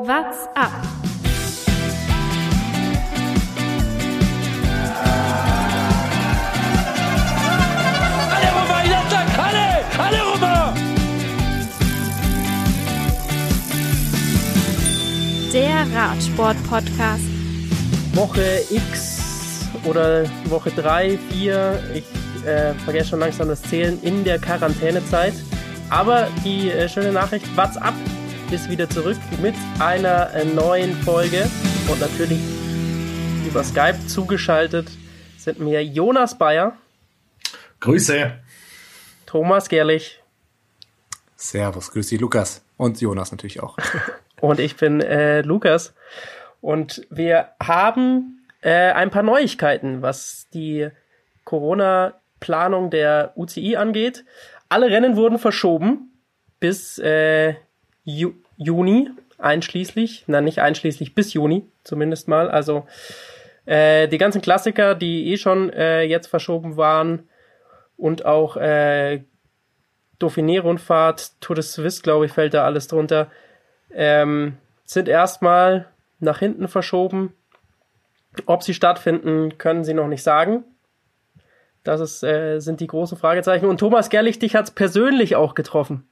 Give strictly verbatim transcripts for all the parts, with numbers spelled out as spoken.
What's up? Alle rüber, Jatzak, alle! Alle rüber! Der Radsport-Podcast. Woche X oder Woche drei, vier, ich äh, vergesse schon langsam das Zählen in der Quarantänezeit. Aber die äh, schöne Nachricht, What's up? Ist wieder zurück mit einer äh, neuen Folge und natürlich über Skype zugeschaltet sind mir Jonas Bayer. Grüße. Thomas Gerlich. Servus, grüß dich Lukas und Jonas natürlich auch. Und ich bin äh, Lukas und wir haben äh, ein paar Neuigkeiten, was die Corona-Planung der U C I angeht. Alle Rennen wurden verschoben bis äh, Ju- Juni einschließlich, na nicht einschließlich, bis Juni zumindest mal. Also äh, die ganzen Klassiker, die eh schon äh, jetzt verschoben waren und auch äh, Dauphiné-Rundfahrt, Tour de Suisse, glaube ich, fällt da alles drunter, ähm, sind erstmal nach hinten verschoben. Ob sie stattfinden, können sie noch nicht sagen. Das ist, äh, sind die großen Fragezeichen. Und Thomas Gerlich, dich hat's persönlich auch getroffen.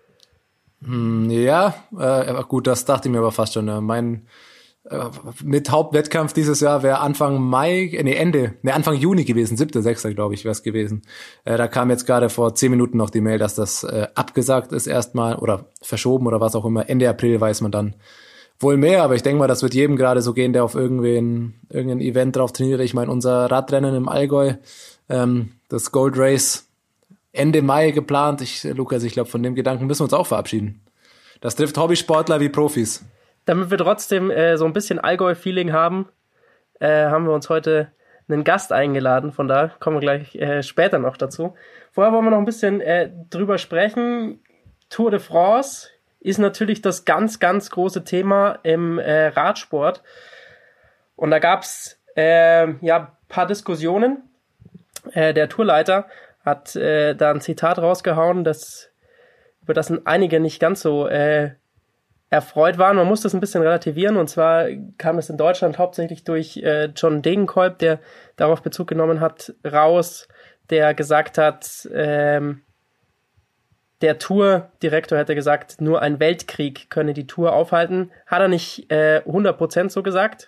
Ja, äh, gut, das dachte ich mir aber fast schon. Äh, mein äh, mit Hauptwettkampf dieses Jahr wäre Anfang Mai, äh, nee, Ende, nee, Anfang Juni gewesen, siebter sechster glaube ich, wäre es gewesen. Äh, da kam jetzt gerade vor zehn Minuten noch die Mail, dass das äh, abgesagt ist erstmal oder verschoben oder was auch immer. Ende April weiß man dann wohl mehr, aber ich denke mal, das wird jedem gerade so gehen, der auf irgendwen, irgendein Event drauf trainiert. Ich meine, unser Radrennen im Allgäu, ähm, das Gold Race, Ende Mai geplant. Ich, Lukas, ich glaube, von dem Gedanken müssen wir uns auch verabschieden. Das trifft Hobbysportler wie Profis. Damit wir trotzdem äh, so ein bisschen Allgäu-Feeling haben, äh, haben wir uns heute einen Gast eingeladen. Von da kommen wir gleich äh, später noch dazu. Vorher wollen wir noch ein bisschen äh, drüber sprechen. Tour de France ist natürlich das ganz, ganz große Thema im äh, Radsport. Und da gab's äh, ja ein paar Diskussionen. Äh, der Tourleiter hat äh, da ein Zitat rausgehauen, das, über das einige nicht ganz so äh, erfreut waren. Man muss das ein bisschen relativieren, und zwar kam es in Deutschland hauptsächlich durch äh, John Degenkolb, der darauf Bezug genommen hat, raus, der gesagt hat, ähm, der Tourdirektor hätte gesagt, nur ein Weltkrieg könne die Tour aufhalten. Hat er nicht äh, hundert Prozent so gesagt.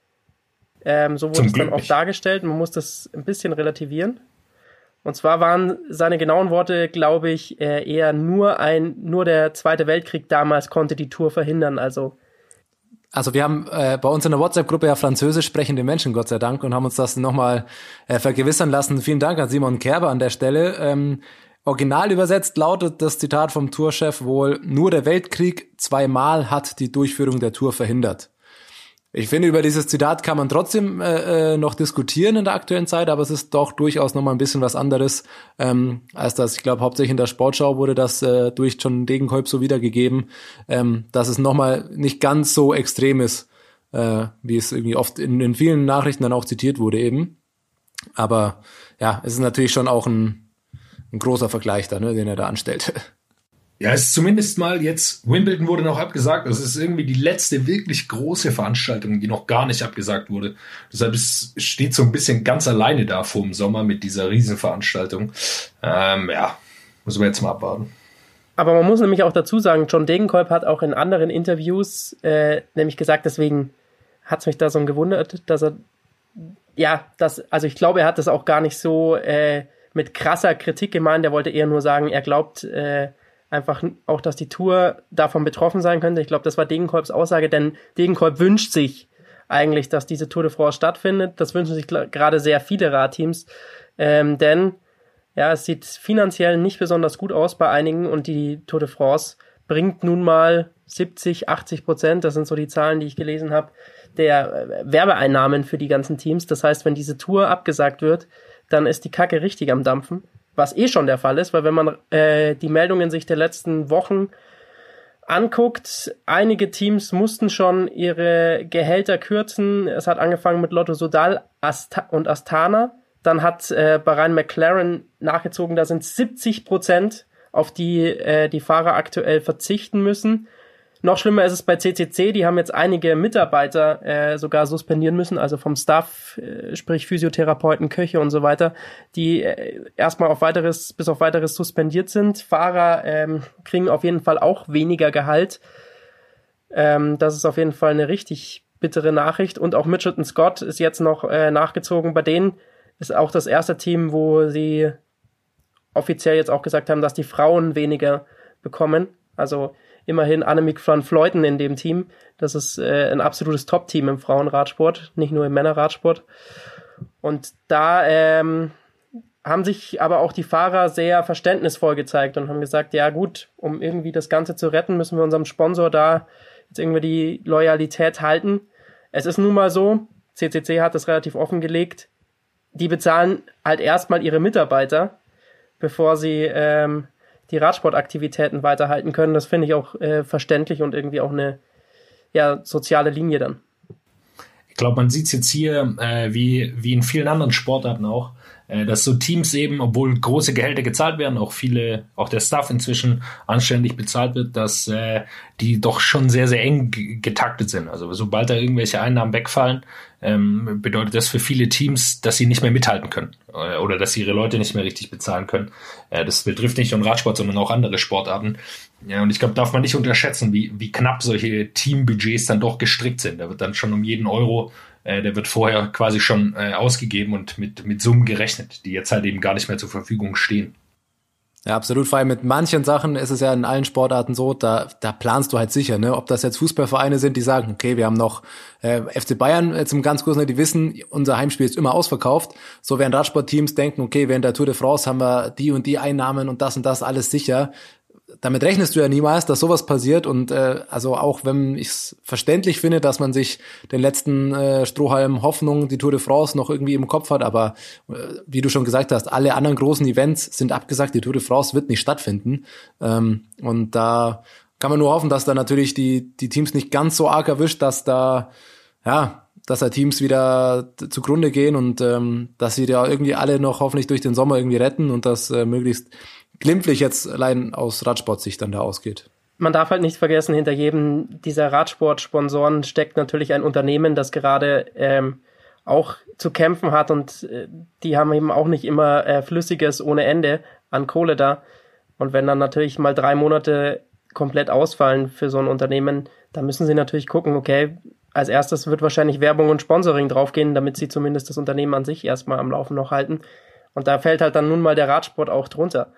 Ähm, so wurde es dann auch dargestellt. Man muss das ein bisschen relativieren. Und zwar waren seine genauen Worte, glaube ich, eher nur ein, nur der Zweite Weltkrieg damals konnte die Tour verhindern. Also, also wir haben äh, bei uns in der WhatsApp-Gruppe ja französisch sprechende Menschen, Gott sei Dank, und haben uns das nochmal äh, vergewissern lassen. Vielen Dank an Simon Kerber an der Stelle. Ähm, original übersetzt lautet das Zitat vom Tourchef wohl: Nur der Weltkrieg zweimal hat die Durchführung der Tour verhindert. Ich finde, über dieses Zitat kann man trotzdem äh, noch diskutieren in der aktuellen Zeit, aber es ist doch durchaus nochmal ein bisschen was anderes, ähm, als das, ich glaube, hauptsächlich in der Sportschau wurde das äh, durch John Degenkolb so wiedergegeben, ähm, dass es nochmal nicht ganz so extrem ist, äh, wie es irgendwie oft in, in vielen Nachrichten dann auch zitiert wurde eben. Aber ja, es ist natürlich schon auch ein, ein großer Vergleich da, ne, den er da anstellt. Ja, es ist zumindest mal jetzt, Wimbledon wurde noch abgesagt, das ist irgendwie die letzte wirklich große Veranstaltung, die noch gar nicht abgesagt wurde. Deshalb ist, steht so ein bisschen ganz alleine da vor dem Sommer mit dieser Riesenveranstaltung. Ähm, ja, müssen wir jetzt mal abwarten. aber man muss nämlich auch dazu sagen, John Degenkolb hat auch in anderen Interviews äh, nämlich gesagt, deswegen hat es mich da so gewundert, dass er, ja, das, also ich glaube, er hat das auch gar nicht so äh, mit krasser Kritik gemeint, er wollte eher nur sagen, er glaubt, äh, einfach auch, dass die Tour davon betroffen sein könnte. Ich glaube, das war Degenkolbs Aussage, denn Degenkolb wünscht sich eigentlich, dass diese Tour de France stattfindet. Das wünschen sich gerade sehr viele Radteams, ähm, denn ja, es sieht finanziell nicht besonders gut aus bei einigen und die Tour de France bringt nun mal siebzig, achtzig Prozent, das sind so die Zahlen, die ich gelesen habe, der Werbeeinnahmen für die ganzen Teams. Das heißt, wenn diese Tour abgesagt wird, dann ist die Kacke richtig am Dampfen. Was eh schon der Fall ist, weil wenn man äh, die Meldungen sich der letzten Wochen anguckt, einige Teams mussten schon ihre Gehälter kürzen. Es hat angefangen mit Lotto Soudal Ast- und Astana. Dann hat äh, Bahrain McLaren nachgezogen, da sind siebzig Prozent, auf die äh, die Fahrer aktuell verzichten müssen. Noch schlimmer ist es bei C C C, die haben jetzt einige Mitarbeiter äh, sogar suspendieren müssen, also vom Staff, äh, sprich Physiotherapeuten, Köche und so weiter, die äh, erstmal auf weiteres, bis auf weiteres suspendiert sind. Fahrer ähm, kriegen auf jeden Fall auch weniger Gehalt. Ähm, das ist auf jeden Fall eine richtig bittere Nachricht. Und auch Mitchelton Scott ist jetzt noch äh, nachgezogen. Bei denen ist auch das erste Team, wo sie offiziell jetzt auch gesagt haben, dass die Frauen weniger bekommen. Also immerhin Annemiek van Vleuten in dem Team. Das ist äh, ein absolutes Top-Team im Frauenradsport, nicht nur im Männerradsport. Und da ähm, haben sich aber auch die Fahrer sehr verständnisvoll gezeigt und haben gesagt, ja gut, um irgendwie das Ganze zu retten, müssen wir unserem Sponsor da jetzt irgendwie die Loyalität halten. Es ist nun mal so, C C C hat das relativ offengelegt, die bezahlen halt erstmal ihre Mitarbeiter, bevor sie ähm, die Radsportaktivitäten weiterhalten können. Das finde ich auch äh, verständlich und irgendwie auch eine ja, soziale Linie dann. Ich glaube, man sieht es jetzt hier, äh, wie, wie in vielen anderen Sportarten auch, äh, dass so Teams eben, obwohl große Gehälter gezahlt werden, auch viele, auch der Staff inzwischen anständig bezahlt wird, dass äh, die doch schon sehr, sehr eng g- getaktet sind. Also sobald da irgendwelche Einnahmen wegfallen, ähm, bedeutet das für viele Teams, dass sie nicht mehr mithalten können äh, oder dass sie ihre Leute nicht mehr richtig bezahlen können. Äh, das betrifft nicht nur Radsport, sondern auch andere Sportarten. Ja, und ich glaube, darf man nicht unterschätzen, wie, wie knapp solche Teambudgets dann doch gestrickt sind. Da wird dann schon um jeden Euro, äh, der wird vorher quasi schon äh, ausgegeben und mit, mit Summen gerechnet, die jetzt halt eben gar nicht mehr zur Verfügung stehen. Ja, absolut. Vor allem mit manchen Sachen ist es ja in allen Sportarten so, da, da planst du halt sicher, ne? Ob das jetzt Fußballvereine sind, die sagen, okay, wir haben noch äh, F C Bayern jetzt im ganz kurzen, die wissen, unser Heimspiel ist immer ausverkauft. So während Radsportteams denken, okay, während der Tour de France haben wir die und die Einnahmen und das und das alles sicher. Damit rechnest du ja niemals, dass sowas passiert und äh, also auch wenn ich es verständlich finde, dass man sich den letzten äh, Strohhalm Hoffnung, die Tour de France noch irgendwie im Kopf hat, aber äh, wie du schon gesagt hast, alle anderen großen Events sind abgesagt, die Tour de France wird nicht stattfinden ähm, und da kann man nur hoffen, dass da natürlich die die Teams nicht ganz so arg erwischt, dass da ja dass da Teams wieder zugrunde gehen und ähm, dass sie da irgendwie alle noch hoffentlich durch den Sommer irgendwie retten und das äh, möglichst glimpflich jetzt allein aus Radsportsicht dann da ausgeht. Man darf halt nicht vergessen, hinter jedem dieser Radsportsponsoren steckt natürlich ein Unternehmen, das gerade ähm, auch zu kämpfen hat und äh, die haben eben auch nicht immer äh, Flüssiges ohne Ende an Kohle da. Und wenn dann natürlich mal drei Monate komplett ausfallen für so ein Unternehmen, dann müssen sie natürlich gucken, okay, als erstes wird wahrscheinlich Werbung und Sponsoring draufgehen, damit sie zumindest das Unternehmen an sich erstmal am Laufen noch halten. Und da fällt halt dann nun mal der Radsport auch drunter.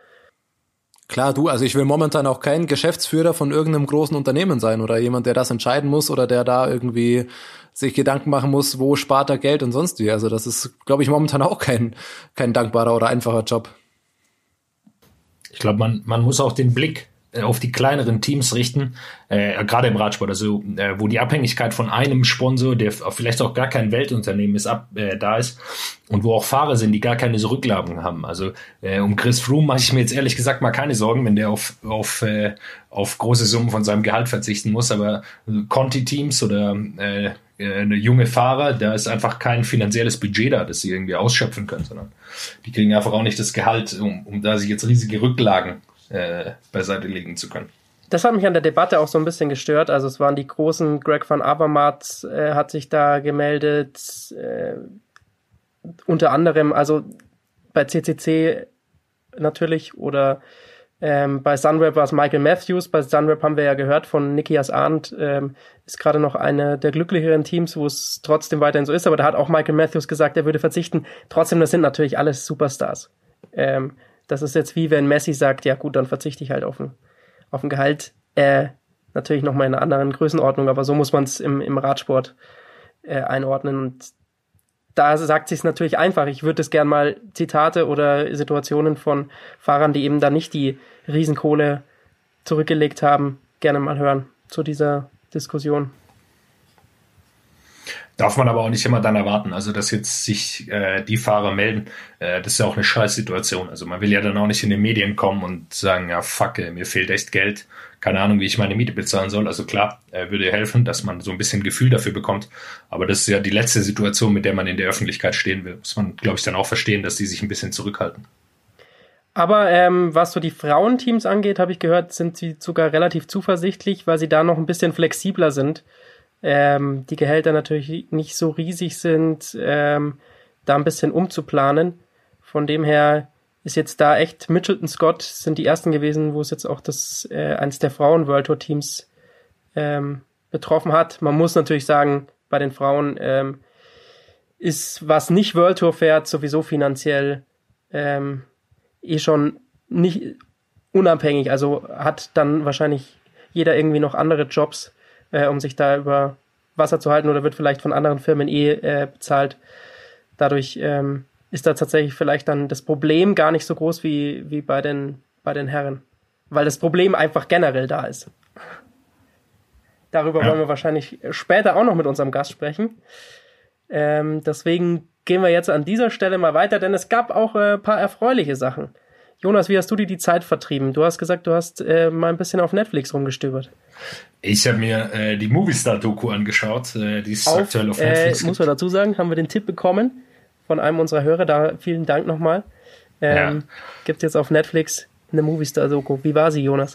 Klar, du, also ich will momentan auch kein Geschäftsführer von irgendeinem großen Unternehmen sein oder jemand, der das entscheiden muss oder der da irgendwie sich Gedanken machen muss, wo spart er Geld und sonst wie. Also das ist, glaube ich, momentan auch kein kein dankbarer oder einfacher Job. Ich glaube, man man muss auch den Blick auf die kleineren Teams richten, äh, gerade im Radsport, also äh, wo die Abhängigkeit von einem Sponsor, der vielleicht auch gar kein Weltunternehmen ist, ab äh, da ist und wo auch Fahrer sind, die gar keine so Rücklagen haben. Also äh, um Chris Froome mache ich mir jetzt ehrlich gesagt mal keine Sorgen, wenn der auf auf äh, auf große Summen von seinem Gehalt verzichten muss, aber Conti-Teams oder äh, eine junge Fahrer, da ist einfach kein finanzielles Budget da, das sie irgendwie ausschöpfen können, sondern die kriegen einfach auch nicht das Gehalt, um, um da sich jetzt riesige Rücklagen Äh, beiseite legen zu können. Das hat mich an der Debatte auch so ein bisschen gestört. Also es waren die großen, Greg van Avermaet äh, hat sich da gemeldet, äh, unter anderem, also bei C C C natürlich oder ähm, bei Sunweb war es Michael Matthews. Bei Sunweb haben wir ja gehört von Nikias Arndt, ähm, ist gerade noch eine der glücklicheren Teams, wo es trotzdem weiterhin so ist, aber da hat auch Michael Matthews gesagt, er würde verzichten. Trotzdem, das sind natürlich alles Superstars. Ähm, Das ist jetzt wie wenn Messi sagt, ja gut, dann verzichte ich halt auf ein, auf ein Gehalt. Äh, natürlich nochmal in einer anderen Größenordnung, aber so muss man es im, im Radsport äh, einordnen. Und da sagt sich es natürlich einfach. Ich würde es gern mal Zitate oder Situationen von Fahrern, die eben da nicht die Riesenkohle zurückgelegt haben, gerne mal hören zu dieser Diskussion. Darf man aber auch nicht immer dann erwarten. Also, dass jetzt sich äh, die Fahrer melden, äh, das ist ja auch eine Scheißsituation. Also, man will ja dann auch nicht in den Medien kommen und sagen, ja, fuck, ey, mir fehlt echt Geld. Keine Ahnung, wie ich meine Miete bezahlen soll. Also klar, äh, würde helfen, dass man so ein bisschen Gefühl dafür bekommt. Aber das ist ja die letzte Situation, mit der man in der Öffentlichkeit stehen will. Muss man, glaube ich, dann auch verstehen, dass die sich ein bisschen zurückhalten. Aber ähm, was so die Frauenteams angeht, habe ich gehört, sind sie sogar relativ zuversichtlich, weil sie da noch ein bisschen flexibler sind. Ähm, die Gehälter natürlich nicht so riesig sind, ähm, da ein bisschen umzuplanen. Von dem her ist jetzt da echt Mitchelton Scott sind die ersten gewesen, wo es jetzt auch das äh, eins der Frauen-World Tour Teams ähm, betroffen hat. Man muss natürlich sagen, bei den Frauen ähm, ist, was nicht World Tour fährt, sowieso finanziell ähm, eh schon nicht unabhängig. Also hat dann wahrscheinlich jeder irgendwie noch andere Jobs, äh, um sich da über Wasser zu halten oder wird vielleicht von anderen Firmen eh äh, bezahlt. Dadurch ähm, ist da tatsächlich vielleicht dann das Problem gar nicht so groß wie, wie bei den, bei den Herren. Weil das Problem einfach generell da ist. Darüber ja. wollen wir wahrscheinlich später auch noch mit unserem Gast sprechen. Ähm, deswegen gehen wir jetzt an dieser Stelle mal weiter, denn es gab auch ein äh, paar erfreuliche Sachen. Jonas, wie hast du dir die Zeit vertrieben? Du hast gesagt, du hast äh, mal ein bisschen auf Netflix rumgestöbert. Ich habe mir äh, die Movistar-Doku angeschaut. Äh, die ist auf, aktuell auf Netflix. Äh, muss man dazu sagen, haben wir den Tipp bekommen von einem unserer Hörer. Da vielen Dank nochmal. Ähm, ja. Gibt jetzt auf Netflix eine Movistar-Doku. Wie war sie, Jonas?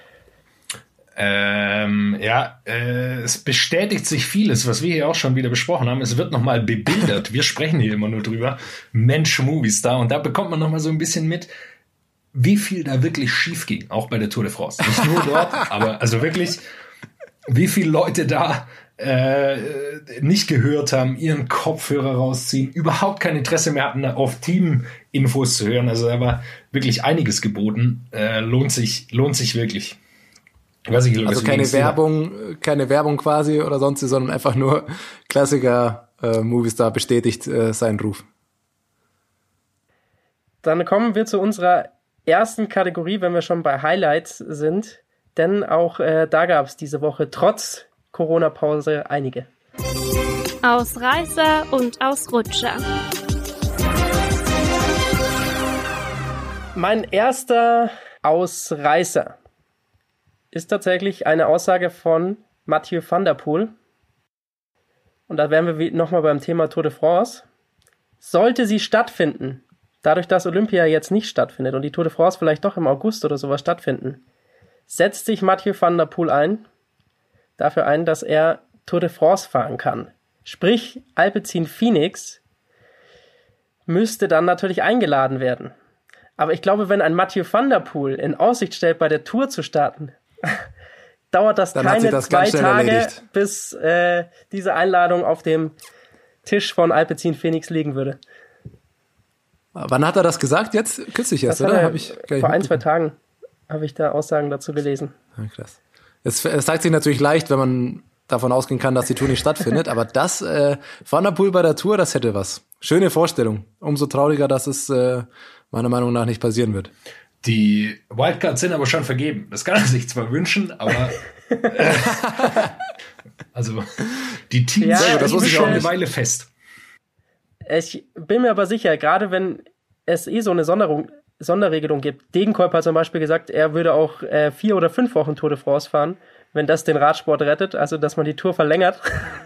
Ähm, ja, äh, es bestätigt sich vieles, was wir hier auch schon wieder besprochen haben. Es wird nochmal bebildert. Wir sprechen hier immer nur drüber. Mensch, Movistar. Und da bekommt man nochmal so ein bisschen mit, wie viel da wirklich schief ging, auch bei der Tour de France. Nicht nur dort, aber also wirklich, wie viele Leute da äh, nicht gehört haben, ihren Kopfhörer rausziehen, überhaupt kein Interesse mehr hatten, auf Team-Infos zu hören. Also da war wirklich einiges geboten. Äh, lohnt sich, lohnt sich wirklich. Ich weiß nicht, also keine Werbung, war. keine Werbung quasi oder sonst, sondern einfach nur Klassiker äh, Movistar bestätigt äh, seinen Ruf. Dann kommen wir zu unserer ersten Kategorie, wenn wir schon bei Highlights sind, denn auch äh, da gab es diese Woche trotz Corona-Pause einige. Ausreißer und Ausrutscher. Mein erster Ausreißer ist tatsächlich eine Aussage von Mathieu van der Poel. Und da wären wir nochmal beim Thema Tour de France. Sollte sie stattfinden, dadurch, dass Olympia jetzt nicht stattfindet und die Tour de France vielleicht doch im August oder sowas stattfinden, setzt sich Mathieu van der Poel ein, dafür ein, dass er Tour de France fahren kann. Sprich, Alpecin Phoenix müsste dann natürlich eingeladen werden. Aber ich glaube, wenn ein Mathieu van der Poel in Aussicht stellt, bei der Tour zu starten, dauert das dann keine das zwei Tage, erledigt. bis äh, diese Einladung auf dem Tisch von Alpecin Phoenix liegen würde. Wann hat er das gesagt? Jetzt kürzlich erst, oder? Hab ich vor ein, zwei Tagen habe ich da Aussagen dazu gelesen. Ja, krass. Es, es zeigt sich natürlich leicht, wenn man davon ausgehen kann, dass die Tour nicht stattfindet, aber das äh, Van der Poel bei der Tour, das hätte was. Schöne Vorstellung. Umso trauriger, dass es äh, meiner Meinung nach nicht passieren wird. Die Wildcards sind aber schon vergeben. Das kann er sich zwar wünschen, aber äh, also die Teams ja, das muss ich schon eine Weile fest. Ich bin mir aber sicher, gerade wenn es eh so eine Sonderung, Sonderregelung gibt. Degenkolb hat zum Beispiel gesagt, er würde auch äh, vier oder fünf Wochen Tour de France fahren, wenn das den Radsport rettet, also dass man die Tour verlängert.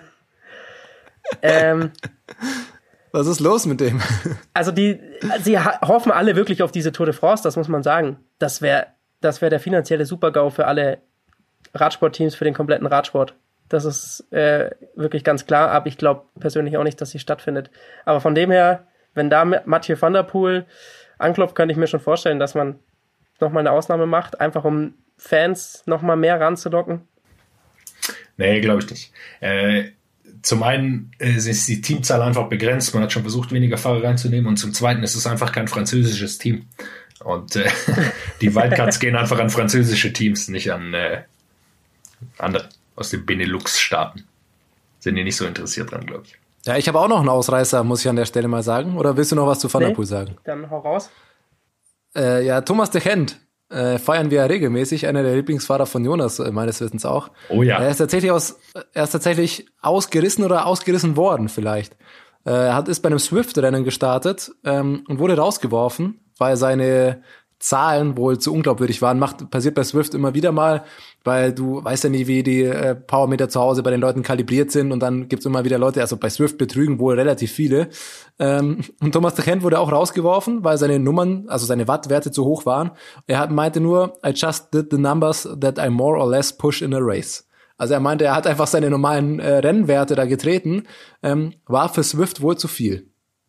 ähm, Was ist los mit dem? Also die, sie ha- hoffen alle wirklich auf diese Tour de France, das muss man sagen. Das wäre das wär der finanzielle Super-GAU für alle Radsportteams, für den kompletten Radsport. Das ist äh, wirklich ganz klar, aber ich glaube persönlich auch nicht, dass sie stattfindet. Aber von dem her, wenn da Mathieu van der Poel anklopft, könnte ich mir schon vorstellen, dass man nochmal eine Ausnahme macht, einfach um Fans nochmal mehr ranzulocken. Nee, glaube ich nicht. Äh, zum einen äh, ist die Teamzahl einfach begrenzt, man hat schon versucht, weniger Fahrer reinzunehmen, und zum zweiten ist es einfach kein französisches Team. Und äh, die Wildcards gehen einfach an französische Teams, nicht an äh, andere aus den Benelux-Staaten. Sind die nicht so interessiert dran, glaube ich. Ja, ich habe auch noch einen Ausreißer, muss ich an der Stelle mal sagen. Oder willst du noch was zu Van der Poel sagen? Dann hau raus. Äh, ja, Thomas de Gendt äh, feiern wir ja regelmäßig, einer der Lieblingsfahrer von Jonas, äh, meines Wissens auch. Oh ja. Er ist tatsächlich aus, er ist tatsächlich ausgerissen oder ausgerissen worden vielleicht. Äh, er hat ist bei einem Swift-Rennen gestartet ähm, und wurde rausgeworfen, weil seine Zahlen wohl zu unglaubwürdig waren. Macht, passiert bei Zwift immer wieder mal, weil du weißt ja nie, wie die äh, Powermeter zu Hause bei den Leuten kalibriert sind und dann gibt's immer wieder Leute, also bei Zwift betrügen wohl relativ viele. Ähm, und Thomas de Gendt wurde auch rausgeworfen, weil seine Nummern, also seine Wattwerte zu hoch waren. Er hat, meinte nur, I just did the numbers that I more or less push in a race. Also er meinte, er hat einfach seine normalen äh, Rennwerte da getreten, ähm, war für Zwift wohl zu viel.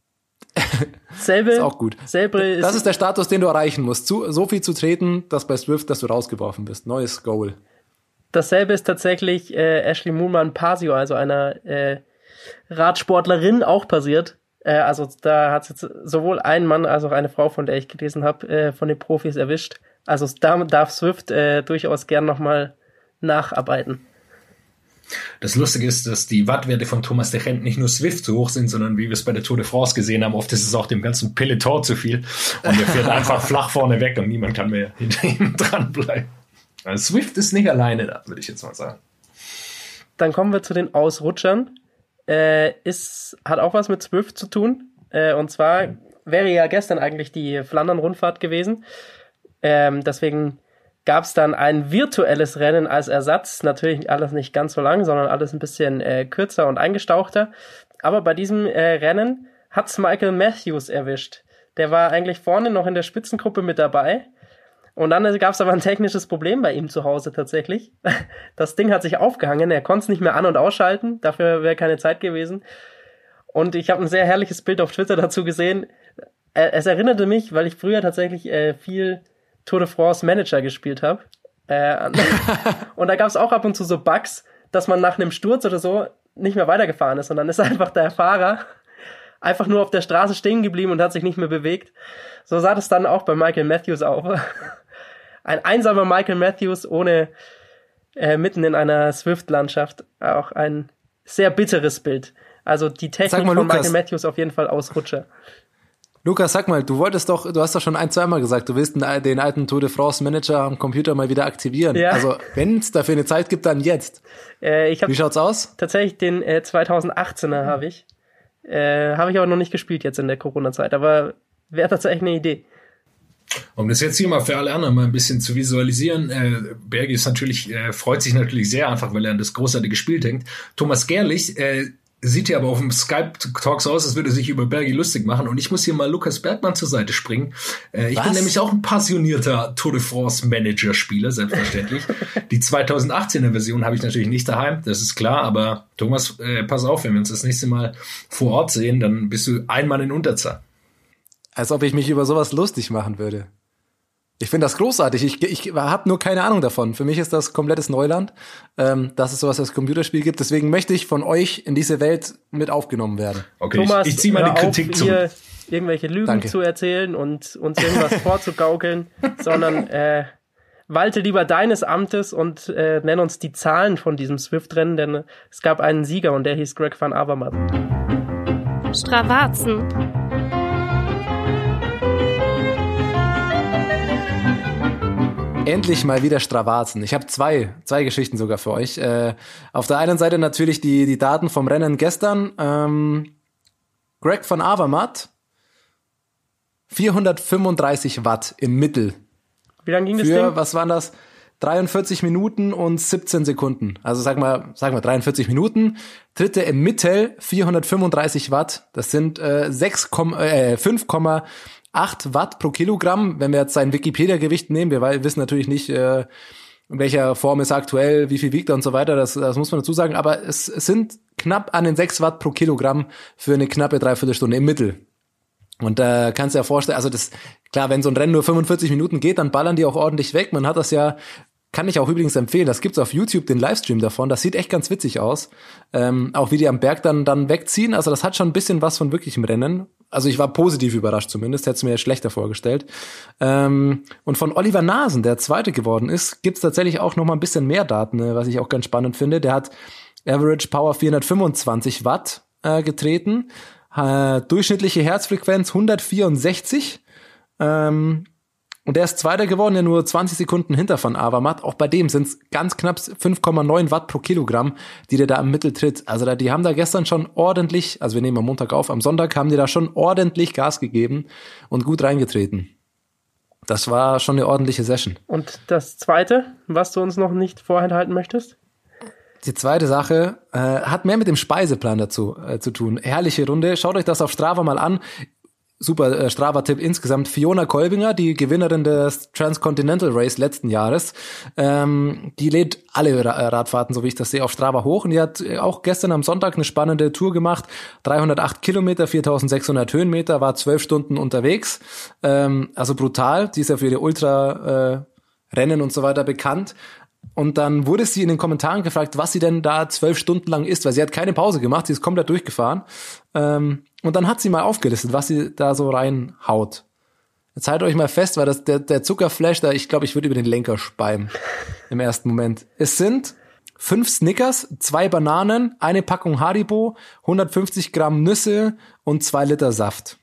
Selbe, ist auch gut. Selbe ist das ist der Status, den du erreichen musst. Zu, so viel zu treten, dass bei Zwift, dass du rausgeworfen bist. Neues Goal. Dasselbe ist tatsächlich äh, Ashley Moolman-Pasio, also einer äh, Radsportlerin, auch passiert. Äh, also da hat es jetzt sowohl ein Mann als auch eine Frau, von der ich gelesen habe, äh, von den Profis erwischt. Also da darf Zwift äh, durchaus gern nochmal nacharbeiten. Das Lustige ist, dass die Wattwerte von Thomas de Gendt nicht nur Zwift so hoch sind, sondern wie wir es bei der Tour de France gesehen haben, oft ist es auch dem ganzen Peloton zu viel und er fährt einfach flach vorne weg und niemand kann mehr hinter ihm dranbleiben. Also Zwift ist nicht alleine da, würde ich jetzt mal sagen. Dann kommen wir zu den Ausrutschern. Äh, ist, hat auch was mit Zwift zu tun. Äh, und zwar wäre ja gestern eigentlich die Flandern-Rundfahrt gewesen. Ähm, deswegen gab es dann ein virtuelles Rennen als Ersatz. Natürlich alles nicht ganz so lang, sondern alles ein bisschen äh, kürzer und eingestauchter. Aber bei diesem äh, Rennen hat's Michael Matthews erwischt. Der war eigentlich vorne noch in der Spitzengruppe mit dabei. Und dann gab es aber ein technisches Problem bei ihm zu Hause tatsächlich. Das Ding hat sich aufgehangen, er konnte es nicht mehr an- und ausschalten. Dafür wäre keine Zeit gewesen. Und ich habe ein sehr herrliches Bild auf Twitter dazu gesehen. Es erinnerte mich, weil ich früher tatsächlich äh, viel Tour de France Manager gespielt habe. Äh, und da gab es auch ab und zu so Bugs, dass man nach einem Sturz oder so nicht mehr weitergefahren ist. Und dann ist einfach der Fahrer einfach nur auf der Straße stehen geblieben und hat sich nicht mehr bewegt. So sah das dann auch bei Michael Matthews aus. Ein einsamer Michael Matthews ohne äh, mitten in einer Zwift-Landschaft. Auch ein sehr bitteres Bild. Also die Technik mal, von Lukas, Michael Matthews auf jeden Fall Ausrutscher. Lukas, sag mal, du wolltest doch, du hast doch schon ein, zweimal gesagt, du willst den, den alten Tour de France Manager am Computer mal wieder aktivieren. Ja. Also, wenn es dafür eine Zeit gibt, dann jetzt. Äh, ich hab Wie schaut's aus? Tatsächlich den äh, zweitausendachtzehner habe ich. Äh, habe ich aber noch nicht gespielt jetzt in der Corona-Zeit, aber wäre tatsächlich eine Idee. Um das jetzt hier mal für alle anderen mal ein bisschen zu visualisieren, äh, Bergi ist natürlich, äh, freut sich natürlich sehr einfach, weil er an das großartige Spiel denkt. Thomas Gerlich, äh, sieht ja aber auf dem Skype-Talk so aus, als würde er sich über Bergi lustig machen. Und ich muss hier mal Lukas Bergmann zur Seite springen. Äh, ich Was? bin nämlich auch ein passionierter Tour de France-Manager-Spieler, selbstverständlich. Die zweitausendachtzehner Version habe ich natürlich nicht daheim, das ist klar. Aber Thomas, äh, pass auf, wenn wir uns das nächste Mal vor Ort sehen, dann bist du ein Mann in Unterzahl. Als ob ich mich über sowas lustig machen würde. Ich finde das großartig. Ich, ich habe nur keine Ahnung davon. Für mich ist das komplettes Neuland, ähm, dass es sowas als Computerspiel gibt. Deswegen möchte ich von euch in diese Welt mit aufgenommen werden. Okay, Thomas, ich, ich ziehe meine Kritik zu. Hier irgendwelche Lügen Danke. zu erzählen und uns irgendwas vorzugaukeln, sondern äh, walte lieber deines Amtes und äh, nenn uns die Zahlen von diesem Zwift-Rennen, denn es gab einen Sieger und der hieß Greg van Avermaet. Stravazen. Endlich mal wieder Stravazen. Ich habe zwei, zwei Geschichten sogar für euch. Äh, auf der einen Seite natürlich die, die Daten vom Rennen gestern. Ähm, Greg van Avermaet, vierhundertfünfunddreißig Watt im Mittel. Wie lange ging das Für, Ding? was waren das? dreiundvierzig Minuten und siebzehn Sekunden. Also sag mal, sag mal dreiundvierzig Minuten. Dritte im Mittel, vierhundertfünfunddreißig Watt. Das sind äh, sechs, äh, fünf Komma acht Watt pro Kilogramm. Wenn wir jetzt sein Wikipedia-Gewicht nehmen, wir wissen natürlich nicht, äh, in welcher Form ist er aktuell, wie viel wiegt er und so weiter, das, das muss man dazu sagen, aber es, es sind knapp an den sechs Watt pro Kilogramm für eine knappe Dreiviertelstunde im Mittel. Und da äh, kannst du dir ja vorstellen, also das, klar, wenn so ein Rennen nur fünfundvierzig Minuten geht, dann ballern die auch ordentlich weg. Man hat das ja, kann ich auch übrigens empfehlen, das gibt's auf YouTube, den Livestream davon, das sieht echt ganz witzig aus. Ähm, auch wie die am Berg dann dann wegziehen, also das hat schon ein bisschen was von wirklichem Rennen. Also ich war positiv überrascht zumindest, hätte es mir schlechter vorgestellt. Ähm, und von Oliver Nasen, der Zweite geworden ist, gibt's tatsächlich auch noch mal ein bisschen mehr Daten, ne, was ich auch ganz spannend finde. Der hat Average Power vierhundertfünfundzwanzig Watt äh, getreten, äh, durchschnittliche Herzfrequenz hundertvierundsechzig. Ähm, und der ist Zweiter geworden, der nur zwanzig Sekunden hinter Van Avermaet. Auch bei dem sind es ganz knapp fünf Komma neun Watt pro Kilogramm, die der da im Mittel tritt. Also da, die haben da gestern schon ordentlich, also wir nehmen am Montag auf, am Sonntag haben die da schon ordentlich Gas gegeben und gut reingetreten. Das war schon eine ordentliche Session. Und das Zweite, was du uns noch nicht vorenthalten möchtest? Die zweite Sache äh, hat mehr mit dem Speiseplan dazu äh, zu tun. Herrliche Runde. Schaut euch das auf Strava mal an. Super äh, Strava-Tipp insgesamt. Fiona Kolbinger, die Gewinnerin des Transcontinental Race letzten Jahres, ähm, die lädt alle Ra- Radfahrten, so wie ich das sehe, auf Strava hoch. Und die hat auch gestern am Sonntag eine spannende Tour gemacht. dreihundertacht Kilometer, viertausendsechshundert Höhenmeter, war zwölf Stunden unterwegs. Ähm, also brutal. Die ist ja für ihre Ultra-Rennen äh, und so weiter bekannt. Und dann wurde sie in den Kommentaren gefragt, was sie denn da zwölf Stunden lang isst, weil sie hat keine Pause gemacht, sie ist komplett durchgefahren. Ähm, und dann hat sie mal aufgelistet, was sie da so reinhaut. Jetzt haltet euch mal fest, weil das der, der Zuckerflash, da ich glaube, ich würde über den Lenker speien im ersten Moment. Es sind fünf Snickers, zwei Bananen, eine Packung Haribo, hundertfünfzig Gramm Nüsse und zwei Liter Saft.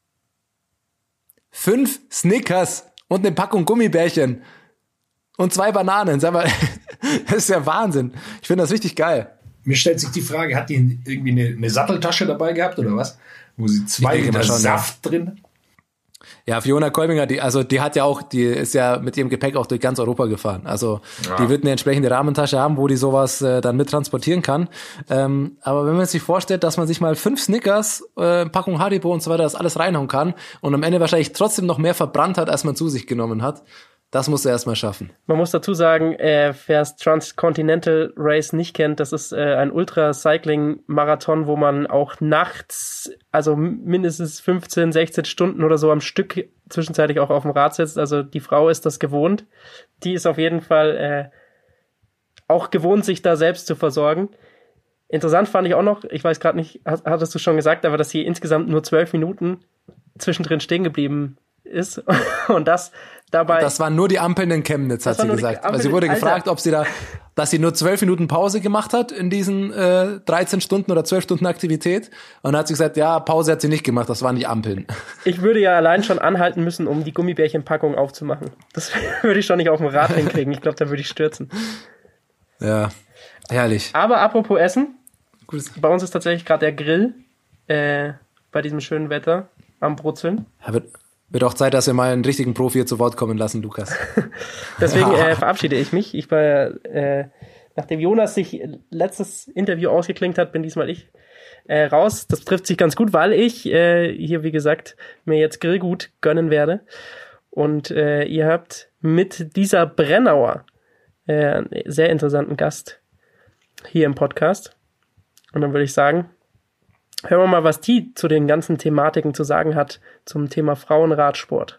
Fünf Snickers und eine Packung Gummibärchen. Und zwei Bananen, sag mal, das ist ja Wahnsinn. Ich finde das richtig geil. Mir stellt sich die Frage, hat die irgendwie eine, eine Satteltasche dabei gehabt oder was? Wo sie zwei Liter schon, Saft ja. drin? Ja, Fiona Kolbinger, die, also die hat ja auch, die ist ja mit ihrem Gepäck auch durch ganz Europa gefahren. Also ja. Die wird eine entsprechende Rahmentasche haben, wo die sowas äh, dann mit transportieren kann. Ähm, aber wenn man sich vorstellt, dass man sich mal fünf Snickers, äh, Packung Haribo und so weiter, das alles reinhauen kann und am Ende wahrscheinlich trotzdem noch mehr verbrannt hat, als man zu sich genommen hat, das musst du erstmal schaffen. Man muss dazu sagen, äh, wer das Transcontinental Race nicht kennt, das ist äh, ein Ultra-Cycling-Marathon, wo man auch nachts, also mindestens fünfzehn, sechzehn Stunden oder so am Stück zwischenzeitlich auch auf dem Rad sitzt. Also die Frau ist das gewohnt. Die ist auf jeden Fall äh, auch gewohnt, sich da selbst zu versorgen. Interessant fand ich auch noch, ich weiß gerade nicht, hattest du schon gesagt, aber dass sie insgesamt nur zwölf Minuten zwischendrin stehen geblieben ist. Und das dabei. Das waren nur die Ampeln in Chemnitz, hat sie gesagt. Weil sie wurde Alter. gefragt, ob sie da, dass sie nur zwölf Minuten Pause gemacht hat in diesen äh, dreizehn Stunden oder zwölf Stunden Aktivität. Und dann hat sie gesagt, ja, Pause hat sie nicht gemacht, das waren die Ampeln. Ich würde ja allein schon anhalten müssen, um die Gummibärchenpackung aufzumachen. Das würde ich schon nicht auf dem Rad hinkriegen. Ich glaube, da würde ich stürzen. Ja, herrlich. Aber apropos Essen, Gutes. Bei uns ist tatsächlich gerade der Grill äh, bei diesem schönen Wetter am Brutzeln. Ja, wird, wird auch Zeit, dass wir mal einen richtigen Profi hier zu Wort kommen lassen, Lukas. Deswegen äh, verabschiede ich mich. Ich war, äh, nachdem Jonas sich letztes Interview ausgeklinkt hat, bin diesmal ich äh, raus. Das trifft sich ganz gut, weil ich äh, hier, wie gesagt, mir jetzt Grillgut gönnen werde. Und äh, ihr habt mit dieser Brennauer äh, einen sehr interessanten Gast hier im Podcast. Und dann würde ich sagen, hören wir mal, was die zu den ganzen Thematiken zu sagen hat zum Thema Frauenradsport.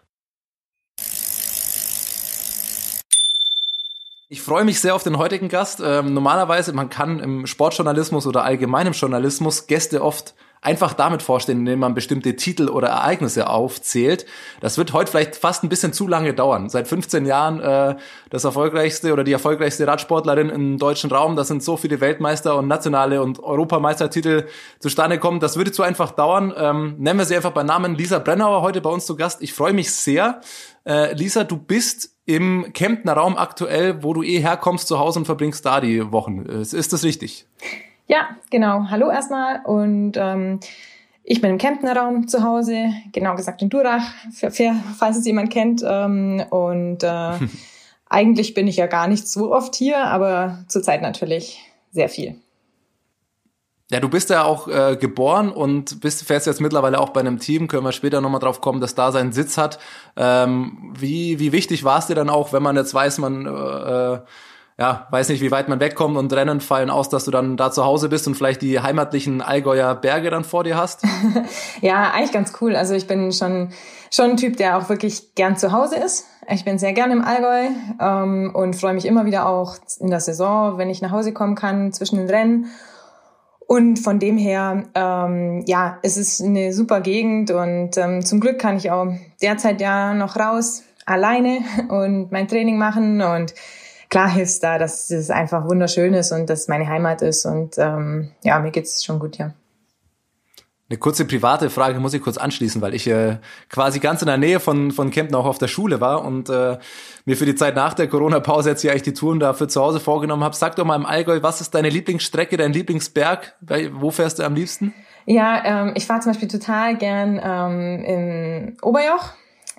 Ich freue mich sehr auf den heutigen Gast. Ähm, normalerweise, man kann im Sportjournalismus oder allgemeinem Journalismus Gäste oft einfach damit vorstellen, indem man bestimmte Titel oder Ereignisse aufzählt. Das wird heute vielleicht fast ein bisschen zu lange dauern. Seit fünfzehn Jahren äh, das erfolgreichste oder die erfolgreichste Radsportlerin im deutschen Raum. Da sind so viele Weltmeister- und nationale und Europameistertitel zustande gekommen. Das würde zu einfach dauern. Ähm, nennen wir sie einfach bei Namen. Lisa Brennauer heute bei uns zu Gast. Ich freue mich sehr. Äh, Lisa, du bist im Kemptner Raum aktuell, wo du eh herkommst zu Hause und verbringst da die Wochen. Ist, ist das richtig? Ja, genau. Hallo erstmal und ähm, ich bin im Kemptner Raum zu Hause, genau gesagt in Durach, für, für, falls es jemand kennt. Ähm, und äh, eigentlich bin ich ja gar nicht so oft hier, aber zurzeit natürlich sehr viel. Ja, du bist ja auch äh, geboren und bist fährst jetzt mittlerweile auch bei einem Team, können wir später nochmal drauf kommen, das da seinen Sitz hat. Ähm, wie, wie wichtig war es dir dann auch, wenn man jetzt weiß, man äh, ja, weiß nicht, wie weit man wegkommt und Rennen fallen aus, dass du dann da zu Hause bist und vielleicht die heimatlichen Allgäuer Berge dann vor dir hast? Ja, eigentlich ganz cool. Also ich bin schon schon ein Typ, der auch wirklich gern zu Hause ist. Ich bin sehr gern im Allgäu ähm, und freue mich immer wieder auch in der Saison, wenn ich nach Hause kommen kann zwischen den Rennen. Und von dem her, ähm, ja, es ist eine super Gegend und ähm, zum Glück kann ich auch derzeit ja noch raus, alleine und mein Training machen und klar hilft's da, dass es einfach wunderschön ist und dass es meine Heimat ist und ähm, ja, mir geht's schon gut, ja. Eine kurze private Frage muss ich kurz anschließen, weil ich äh, quasi ganz in der Nähe von von Kempten auch auf der Schule war und äh, mir für die Zeit nach der Corona-Pause jetzt hier eigentlich die Touren dafür zu Hause vorgenommen habe. Sag doch mal im Allgäu, was ist deine Lieblingsstrecke, dein Lieblingsberg? Wo fährst du am liebsten? Ja, ähm, ich fahre zum Beispiel total gern ähm, in Oberjoch.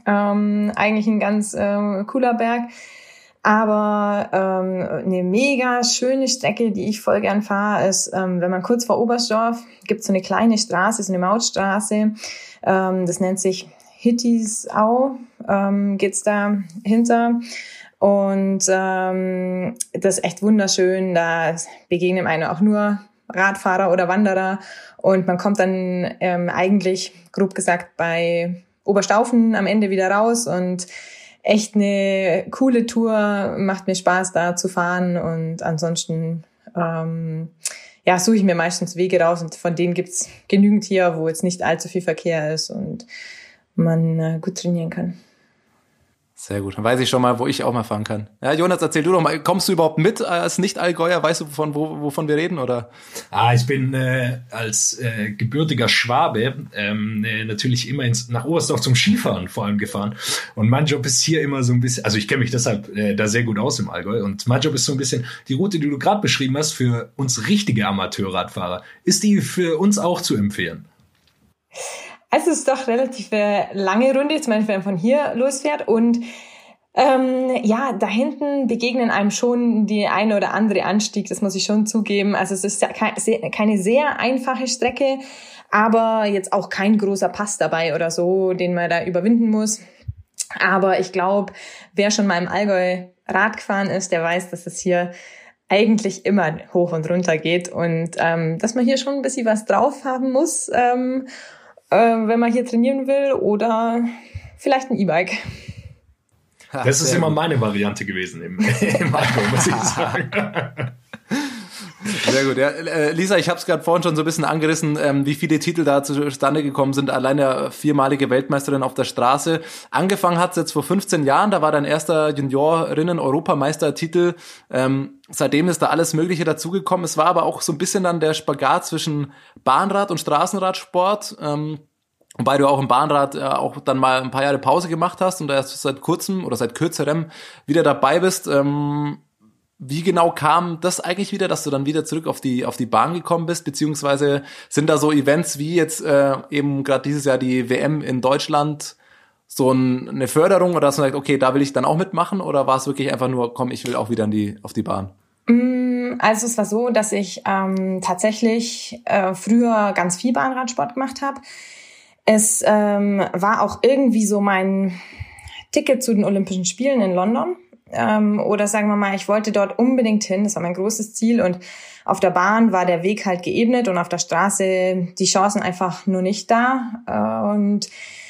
Ähm, eigentlich ein ganz äh, cooler Berg. Aber ähm, eine mega schöne Strecke, die ich voll gern fahre, ist, ähm, wenn man kurz vor Oberstdorf, gibt es so eine kleine Straße, so eine Mautstraße. Ähm, das nennt sich Hittisau, ähm, geht's da hinter. Und ähm, das ist echt wunderschön. Da begegnen einem auch nur Radfahrer oder Wanderer. Und man kommt dann ähm, eigentlich, grob gesagt, bei Oberstaufen am Ende wieder raus. Und echt eine coole Tour, macht mir Spaß, da zu fahren. Und ansonsten ähm, ja, suche ich mir meistens Wege raus. Und von denen gibt's genügend hier, wo jetzt nicht allzu viel Verkehr ist und man äh, gut trainieren kann. Sehr gut, dann weiß ich schon mal, wo ich auch mal fahren kann. Ja, Jonas, erzähl du doch mal, kommst du überhaupt mit als Nicht-Allgäuer? Weißt du, von wo, wovon wir reden, oder? Ah, ich bin äh, als äh, gebürtiger Schwabe ähm, äh, natürlich immer ins, nach Oberstdorf zum Skifahren vor allem gefahren. Und mein Job ist hier immer so ein bisschen, also ich kenne mich deshalb äh, da sehr gut aus im Allgäu. Und mein Job ist so ein bisschen, die Route, die du gerade beschrieben hast, für uns richtige Amateurradfahrer, ist die für uns auch zu empfehlen? Es ist doch relativ eine lange Runde, zum Beispiel, wenn man von hier losfährt. Und ähm, ja, da hinten begegnen einem schon die eine oder andere Anstieg, das muss ich schon zugeben. Also es ist keine sehr einfache Strecke, aber jetzt auch kein großer Pass dabei oder so, den man da überwinden muss. Aber ich glaube, wer schon mal im Allgäu Rad gefahren ist, der weiß, dass es hier eigentlich immer hoch und runter geht und ähm, dass man hier schon ein bisschen was drauf haben muss, ähm, wenn man hier trainieren will, oder vielleicht ein E-Bike. Das ist immer meine Variante gewesen im, im Allgäu, muss ich sagen. Sehr gut. Ja, Lisa, ich habe es gerade vorhin schon so ein bisschen angerissen, ähm, wie viele Titel da zustande gekommen sind. Allein der viermalige Weltmeisterin auf der Straße. Angefangen hat es jetzt vor fünfzehn Jahren, da war dein erster Juniorinnen-Europameistertitel. Ähm, seitdem ist da alles Mögliche dazugekommen. Es war aber auch so ein bisschen dann der Spagat zwischen Bahnrad- und Straßenradsport. Ähm, Wobei du auch im Bahnrad äh, auch dann mal ein paar Jahre Pause gemacht hast und erst seit kurzem oder seit kürzerem wieder dabei bist. Ähm, wie genau kam das eigentlich wieder, dass du dann wieder zurück auf die auf die Bahn gekommen bist? Beziehungsweise sind da so Events wie jetzt äh, eben gerade dieses Jahr die W M in Deutschland so ein, eine Förderung, oder hast du gesagt, okay, da will ich dann auch mitmachen? Oder war es wirklich einfach nur, komm, ich will auch wieder in die auf die Bahn? Also es war so, dass ich ähm, tatsächlich äh, früher ganz viel Bahnradsport gemacht habe. Es ähm, war auch irgendwie so mein Ticket zu den Olympischen Spielen in London. Ähm, oder sagen wir mal, ich wollte dort unbedingt hin. Das war mein großes Ziel. Und auf der Bahn war der Weg halt geebnet und auf der Straße die Chancen einfach nur nicht da. Äh, und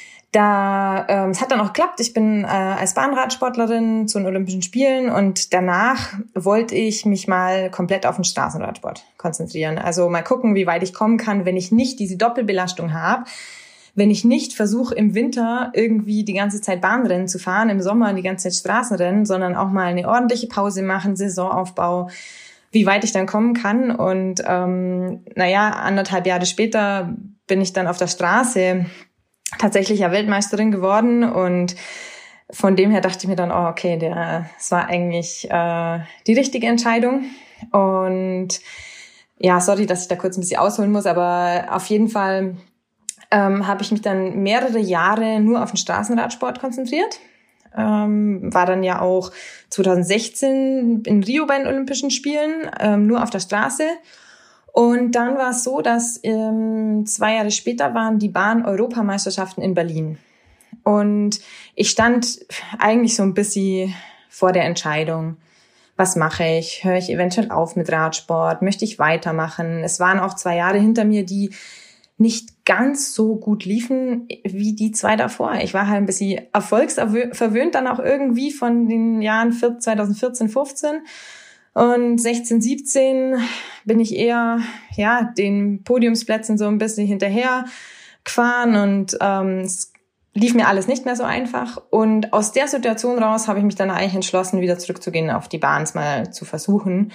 da, ähm, es hat dann auch geklappt. Ich bin äh, als Bahnradsportlerin zu den Olympischen Spielen und danach wollte ich mich mal komplett auf den Straßenradsport konzentrieren. Also mal gucken, wie weit ich kommen kann, wenn ich nicht diese Doppelbelastung habe. Wenn ich nicht versuche, im Winter irgendwie die ganze Zeit Bahnrennen zu fahren, im Sommer die ganze Zeit Straßenrennen, sondern auch mal eine ordentliche Pause machen, Saisonaufbau, wie weit ich dann kommen kann. Und ähm, naja, anderthalb Jahre später bin ich dann auf der Straße tatsächlich ja Weltmeisterin geworden. Und von dem her dachte ich mir dann, oh, okay, der, das war eigentlich äh, die richtige Entscheidung. Und ja, sorry, dass ich da kurz ein bisschen ausholen muss, aber auf jeden Fall Ähm, habe ich mich dann mehrere Jahre nur auf den Straßenradsport konzentriert. Ähm, war dann ja auch zwanzig sechzehn in Rio bei den Olympischen Spielen, ähm, nur auf der Straße. Und dann war es so, dass ähm, zwei Jahre später waren die Bahn-Europameisterschaften in Berlin. Und ich stand eigentlich so ein bisschen vor der Entscheidung, was mache ich? Höre ich eventuell auf mit Radsport? Möchte ich weitermachen? Es waren auch zwei Jahre hinter mir, die nicht ganz so gut liefen wie die zwei davor. Ich war halt ein bisschen erfolgsverwöhnt dann auch irgendwie von den Jahren zwanzig vierzehn, fünfzehn. Und sechzehn, siebzehn bin ich eher ja den Podiumsplätzen so ein bisschen hinterher gefahren und ähm, es lief mir alles nicht mehr so einfach. Und aus der Situation raus habe ich mich dann eigentlich entschlossen, wieder zurückzugehen, auf die Bahn mal zu versuchen.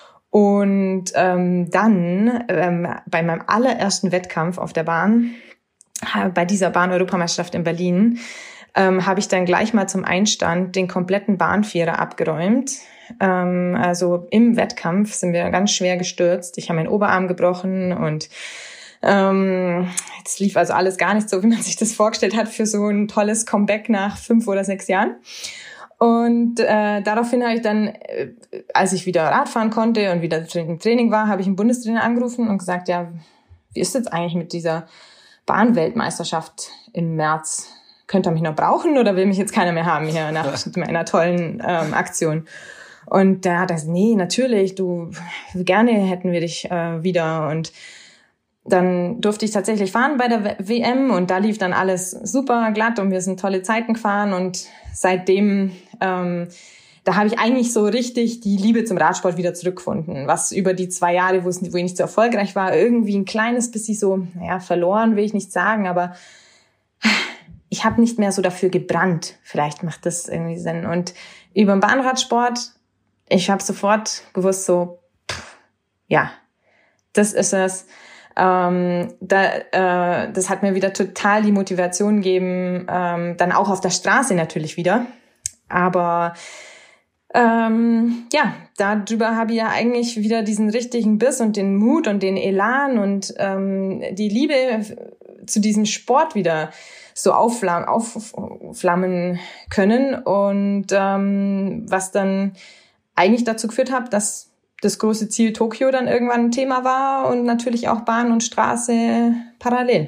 Und ähm, dann ähm, bei meinem allerersten Wettkampf auf der Bahn, bei dieser Bahn-Europameisterschaft in Berlin, ähm, habe ich dann gleich mal zum Einstand den kompletten Bahnvierer abgeräumt. Ähm, also im Wettkampf sind wir ganz schwer gestürzt. Ich habe meinen Oberarm gebrochen und Ähm, jetzt lief also alles gar nicht so, wie man sich das vorgestellt hat für so ein tolles Comeback nach fünf oder sechs Jahren. Und äh, daraufhin habe ich dann, äh, als ich wieder Radfahren konnte und wieder im Training war, habe ich einen Bundestrainer angerufen und gesagt, ja, wie ist jetzt eigentlich mit dieser Bahnweltmeisterschaft im März? Könnt ihr mich noch brauchen oder will mich jetzt keiner mehr haben hier nach meiner tollen ähm, Aktion? Und da hat er gesagt, nee, natürlich, du, gerne hätten wir dich äh, wieder. Und dann durfte ich tatsächlich fahren bei der W M und da lief dann alles super glatt und wir sind tolle Zeiten gefahren und seitdem, ähm, da habe ich eigentlich so richtig die Liebe zum Radsport wieder zurückgefunden, was über die zwei Jahre, wo, es, wo ich nicht so erfolgreich war, irgendwie ein kleines bisschen so, naja, verloren will ich nicht sagen, aber ich habe nicht mehr so dafür gebrannt. Vielleicht macht das irgendwie Sinn. Und über den Bahnradsport, ich habe sofort gewusst, so, pff, ja, das ist es. Ähm, da, äh, das hat mir wieder total die Motivation gegeben, ähm, dann auch auf der Straße natürlich wieder. Aber ähm, ja, darüber habe ich ja eigentlich wieder diesen richtigen Biss und den Mut und den Elan und ähm, die Liebe zu diesem Sport wieder so aufflammen, aufflammen können. Und ähm, was dann eigentlich dazu geführt hat, dass das große Ziel Tokio dann irgendwann ein Thema war und natürlich auch Bahn und Straße parallel.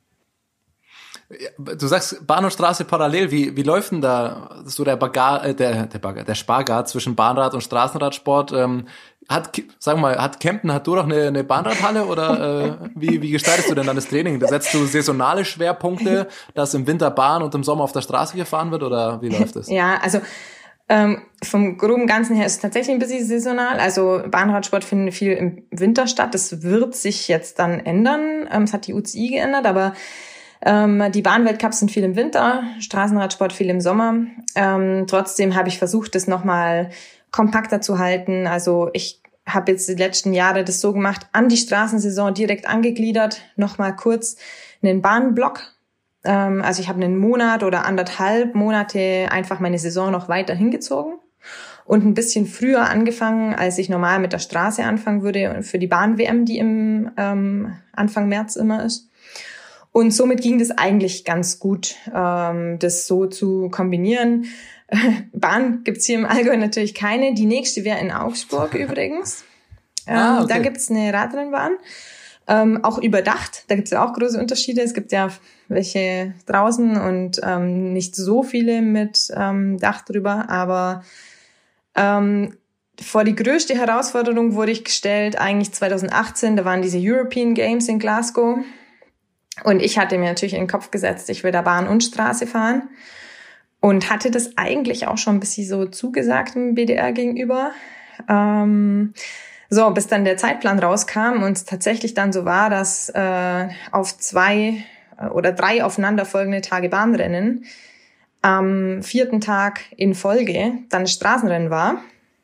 Du sagst Bahn und Straße parallel. Wie wie läuft denn da so der Bagar, äh, der der Bagar, der Spagat zwischen Bahnrad und Straßenradsport? Ähm, hat sag mal, hat Kempten hat du doch eine, eine Bahnradhalle oder äh, wie wie gestaltest du denn dann das Training? Setzt du saisonale Schwerpunkte, dass im Winter Bahn und im Sommer auf der Straße gefahren wird oder wie läuft das? Ja, also Ähm, vom groben Ganzen her ist es tatsächlich ein bisschen saisonal. Also Bahnradsport findet viel im Winter statt. Das wird sich jetzt dann ändern. Ähm, es hat die U C I geändert, aber ähm, die Bahnweltcups sind viel im Winter, Straßenradsport viel im Sommer. Ähm, trotzdem habe ich versucht, das nochmal kompakter zu halten. Also ich habe jetzt die letzten Jahre das so gemacht, an die Straßensaison direkt angegliedert, nochmal kurz einen Bahnblock. Also ich habe einen Monat oder anderthalb Monate einfach meine Saison noch weiter hingezogen und ein bisschen früher angefangen, als ich normal mit der Straße anfangen würde für die Bahn-W M, die im ähm, Anfang März immer ist. Und somit ging das eigentlich ganz gut, ähm, das so zu kombinieren. Bahn gibt's hier im Allgäu natürlich keine. Die nächste wäre in Augsburg übrigens. Ähm, ah, okay. Da gibt's eine Radrennbahn. Ähm, auch überdacht, da gibt es ja auch große Unterschiede. Es gibt ja welche draußen und ähm, nicht so viele mit ähm, Dach drüber, aber ähm, vor die größte Herausforderung wurde ich gestellt, eigentlich zwanzig achtzehn, da waren diese European Games in Glasgow und ich hatte mir natürlich in den Kopf gesetzt, ich will da Bahn und Straße fahren und hatte das eigentlich auch schon ein bisschen so zugesagt dem B D R gegenüber. Ähm, So, bis dann der Zeitplan rauskam und es tatsächlich dann so war, dass äh, auf zwei oder drei aufeinanderfolgende Tage Bahnrennen am vierten Tag in Folge dann ein Straßenrennen war.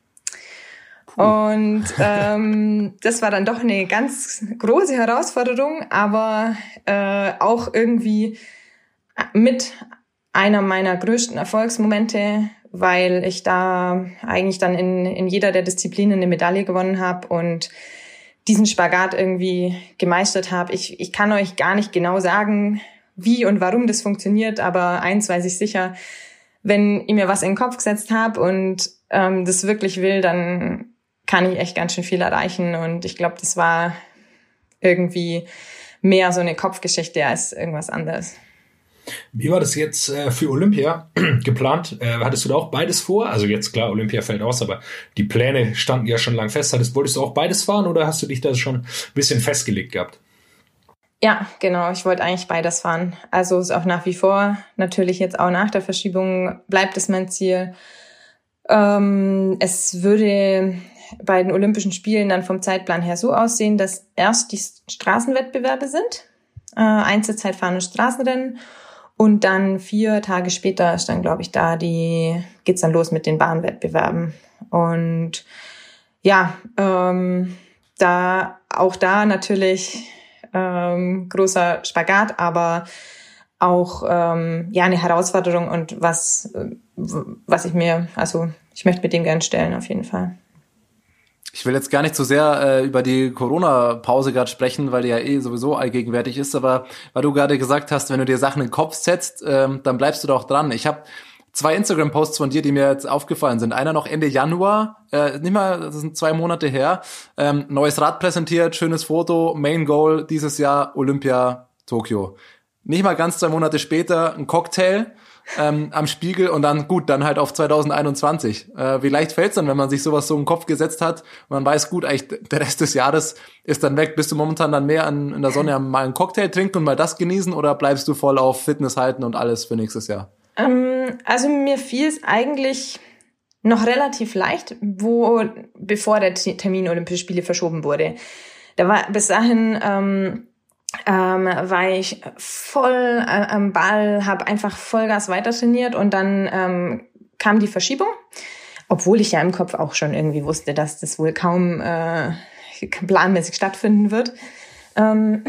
Puh. Und ähm, das war dann doch eine ganz große Herausforderung, aber äh, auch irgendwie mit einer meiner größten Erfolgsmomente, weil ich da eigentlich dann in, in jeder der Disziplinen eine Medaille gewonnen habe und diesen Spagat irgendwie gemeistert habe. Ich, ich kann euch gar nicht genau sagen, wie und warum das funktioniert, aber eins weiß ich sicher, wenn ich mir was in den Kopf gesetzt habe und ähm, das wirklich will, dann kann ich echt ganz schön viel erreichen und ich glaube, das war irgendwie mehr so eine Kopfgeschichte als irgendwas anderes. Wie war das jetzt äh, für Olympia geplant? Äh, hattest du da auch beides vor? Also jetzt klar, Olympia fällt aus, aber die Pläne standen ja schon lang fest. Hattest, wolltest du auch beides fahren oder hast du dich da schon ein bisschen festgelegt gehabt? Ja, genau. Ich wollte eigentlich beides fahren. Also ist auch nach wie vor, natürlich jetzt auch nach der Verschiebung, bleibt es mein Ziel. Ähm, es würde bei den Olympischen Spielen dann vom Zeitplan her so aussehen, dass erst die Straßenwettbewerbe sind, äh, Einzelzeitfahren und Straßenrennen. Und dann vier Tage später ist dann, glaube ich, da die geht's dann los mit den Bahnwettbewerben. Und ja, ähm, da auch da natürlich ähm, großer Spagat, aber auch ähm, ja eine Herausforderung und was was ich mir, also ich möchte mit dem gerne stellen auf jeden Fall. Ich will jetzt gar nicht so sehr äh, über die Corona-Pause gerade sprechen, weil die ja eh sowieso allgegenwärtig ist, aber weil du gerade gesagt hast, wenn du dir Sachen in den Kopf setzt, ähm, dann bleibst du doch dran. Ich habe zwei Instagram-Posts von dir, die mir jetzt aufgefallen sind. Einer noch Ende Januar, äh, nicht mal, das sind zwei Monate her, ähm, neues Rad präsentiert, schönes Foto, Main Goal dieses Jahr Olympia Tokio. Nicht mal ganz zwei Monate später ein Cocktail ähm, am Spiegel und dann gut, dann halt auf zwanzig einundzwanzig. Äh, wie leicht fällt's dann, wenn man sich sowas so in den Kopf gesetzt hat und man weiß, gut, eigentlich der Rest des Jahres ist dann weg. Bist du momentan dann mehr an, in der Sonne mal einen Cocktail trinken und mal das genießen oder bleibst du voll auf Fitness halten und alles für nächstes Jahr? Ähm, also mir fiel es eigentlich noch relativ leicht, wo bevor der Termin Olympische Spiele verschoben wurde. Da war bis dahin ähm, ähm, war ich voll äh, am Ball, habe einfach Vollgas weiter trainiert und dann ähm, kam die Verschiebung, obwohl ich ja im Kopf auch schon irgendwie wusste, dass das wohl kaum äh, planmäßig stattfinden wird. Ähm,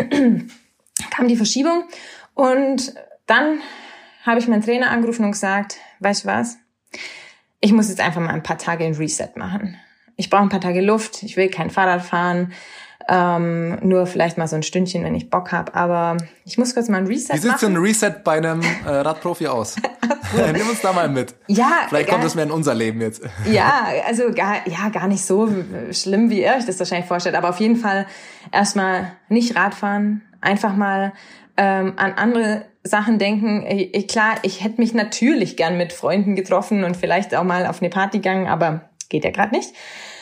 kam die Verschiebung und dann habe ich meinen Trainer angerufen und gesagt, weißt du was, ich muss jetzt einfach mal ein paar Tage ein Reset machen. Ich brauche ein paar Tage Luft, ich will kein Fahrrad fahren, ähm, nur vielleicht mal so ein Stündchen, wenn ich Bock habe, aber ich muss kurz mal ein Reset machen. Wie sieht so ein Reset bei einem äh, Radprofi aus? Nimm uns da mal mit. Ja, vielleicht gar, kommt es mehr in unser Leben jetzt. Ja, also gar, ja, gar nicht so schlimm, wie ihr euch das wahrscheinlich vorstellt, aber auf jeden Fall erstmal nicht Radfahren, einfach mal ähm, an andere Sachen denken. Ich, klar, ich hätte mich natürlich gern mit Freunden getroffen und vielleicht auch mal auf eine Party gegangen, aber geht ja gerade nicht.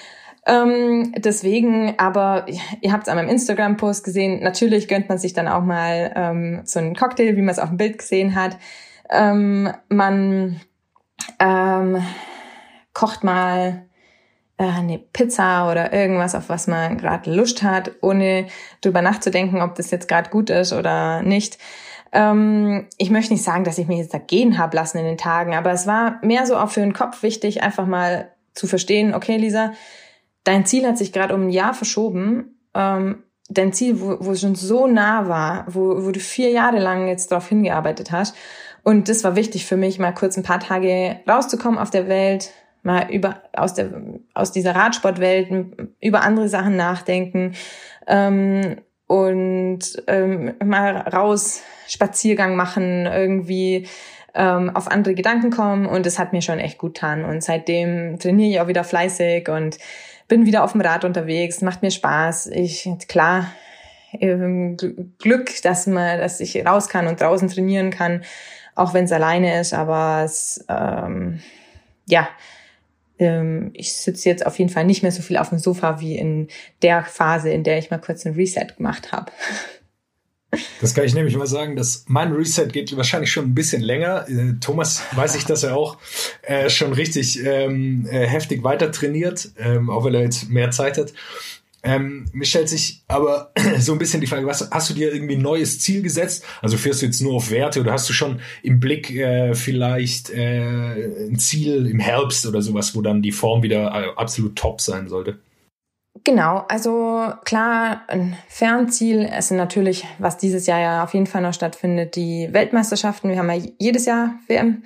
Ähm, deswegen, aber ihr habt es an meinem Instagram-Post gesehen, natürlich gönnt man sich dann auch mal ähm, so einen Cocktail, wie man es auf dem Bild gesehen hat. Ähm, man ähm, kocht mal äh, eine Pizza oder irgendwas, auf was man gerade Lust hat, ohne drüber nachzudenken, ob das jetzt gerade gut ist oder nicht. Ähm, ich möchte nicht sagen, dass ich mich jetzt da gehen habe lassen in den Tagen, aber es war mehr so auch für den Kopf wichtig, einfach mal zu verstehen, okay, Lisa, dein Ziel hat sich gerade um ein Jahr verschoben. Ähm, dein Ziel, wo, wo es schon so nah war, wo, wo du vier Jahre lang jetzt drauf hingearbeitet hast. Und das war wichtig für mich, mal kurz ein paar Tage rauszukommen auf der Welt, mal über aus der aus dieser Radsportwelt über andere Sachen nachdenken ähm, und ähm, mal raus Spaziergang machen, irgendwie ähm, auf andere Gedanken kommen. Und das hat mir schon echt gut getan. Und seitdem trainiere ich auch wieder fleißig und bin wieder auf dem Rad unterwegs, macht mir Spaß. Ich, klar, ähm, Glück, dass man, dass ich raus kann und draußen trainieren kann, auch wenn es alleine ist, aber es, ähm, ja, ähm, ich sitze jetzt auf jeden Fall nicht mehr so viel auf dem Sofa wie in der Phase, in der ich mal kurz einen Reset gemacht habe. Das kann ich nämlich mal sagen, dass mein Reset geht wahrscheinlich schon ein bisschen länger. Äh, Thomas weiß ich, dass er auch äh, schon richtig ähm, äh, heftig weiter trainiert, ähm, auch weil er jetzt mehr Zeit hat. Ähm, mir stellt sich aber so ein bisschen die Frage, was, hast du dir irgendwie ein neues Ziel gesetzt? Also fährst du jetzt nur auf Werte oder hast du schon im Blick äh, vielleicht äh, ein Ziel im Herbst oder sowas, wo dann die Form wieder äh, absolut top sein sollte? Genau, also klar, ein Fernziel ist natürlich, was dieses Jahr ja auf jeden Fall noch stattfindet, die Weltmeisterschaften. Wir haben ja jedes Jahr W M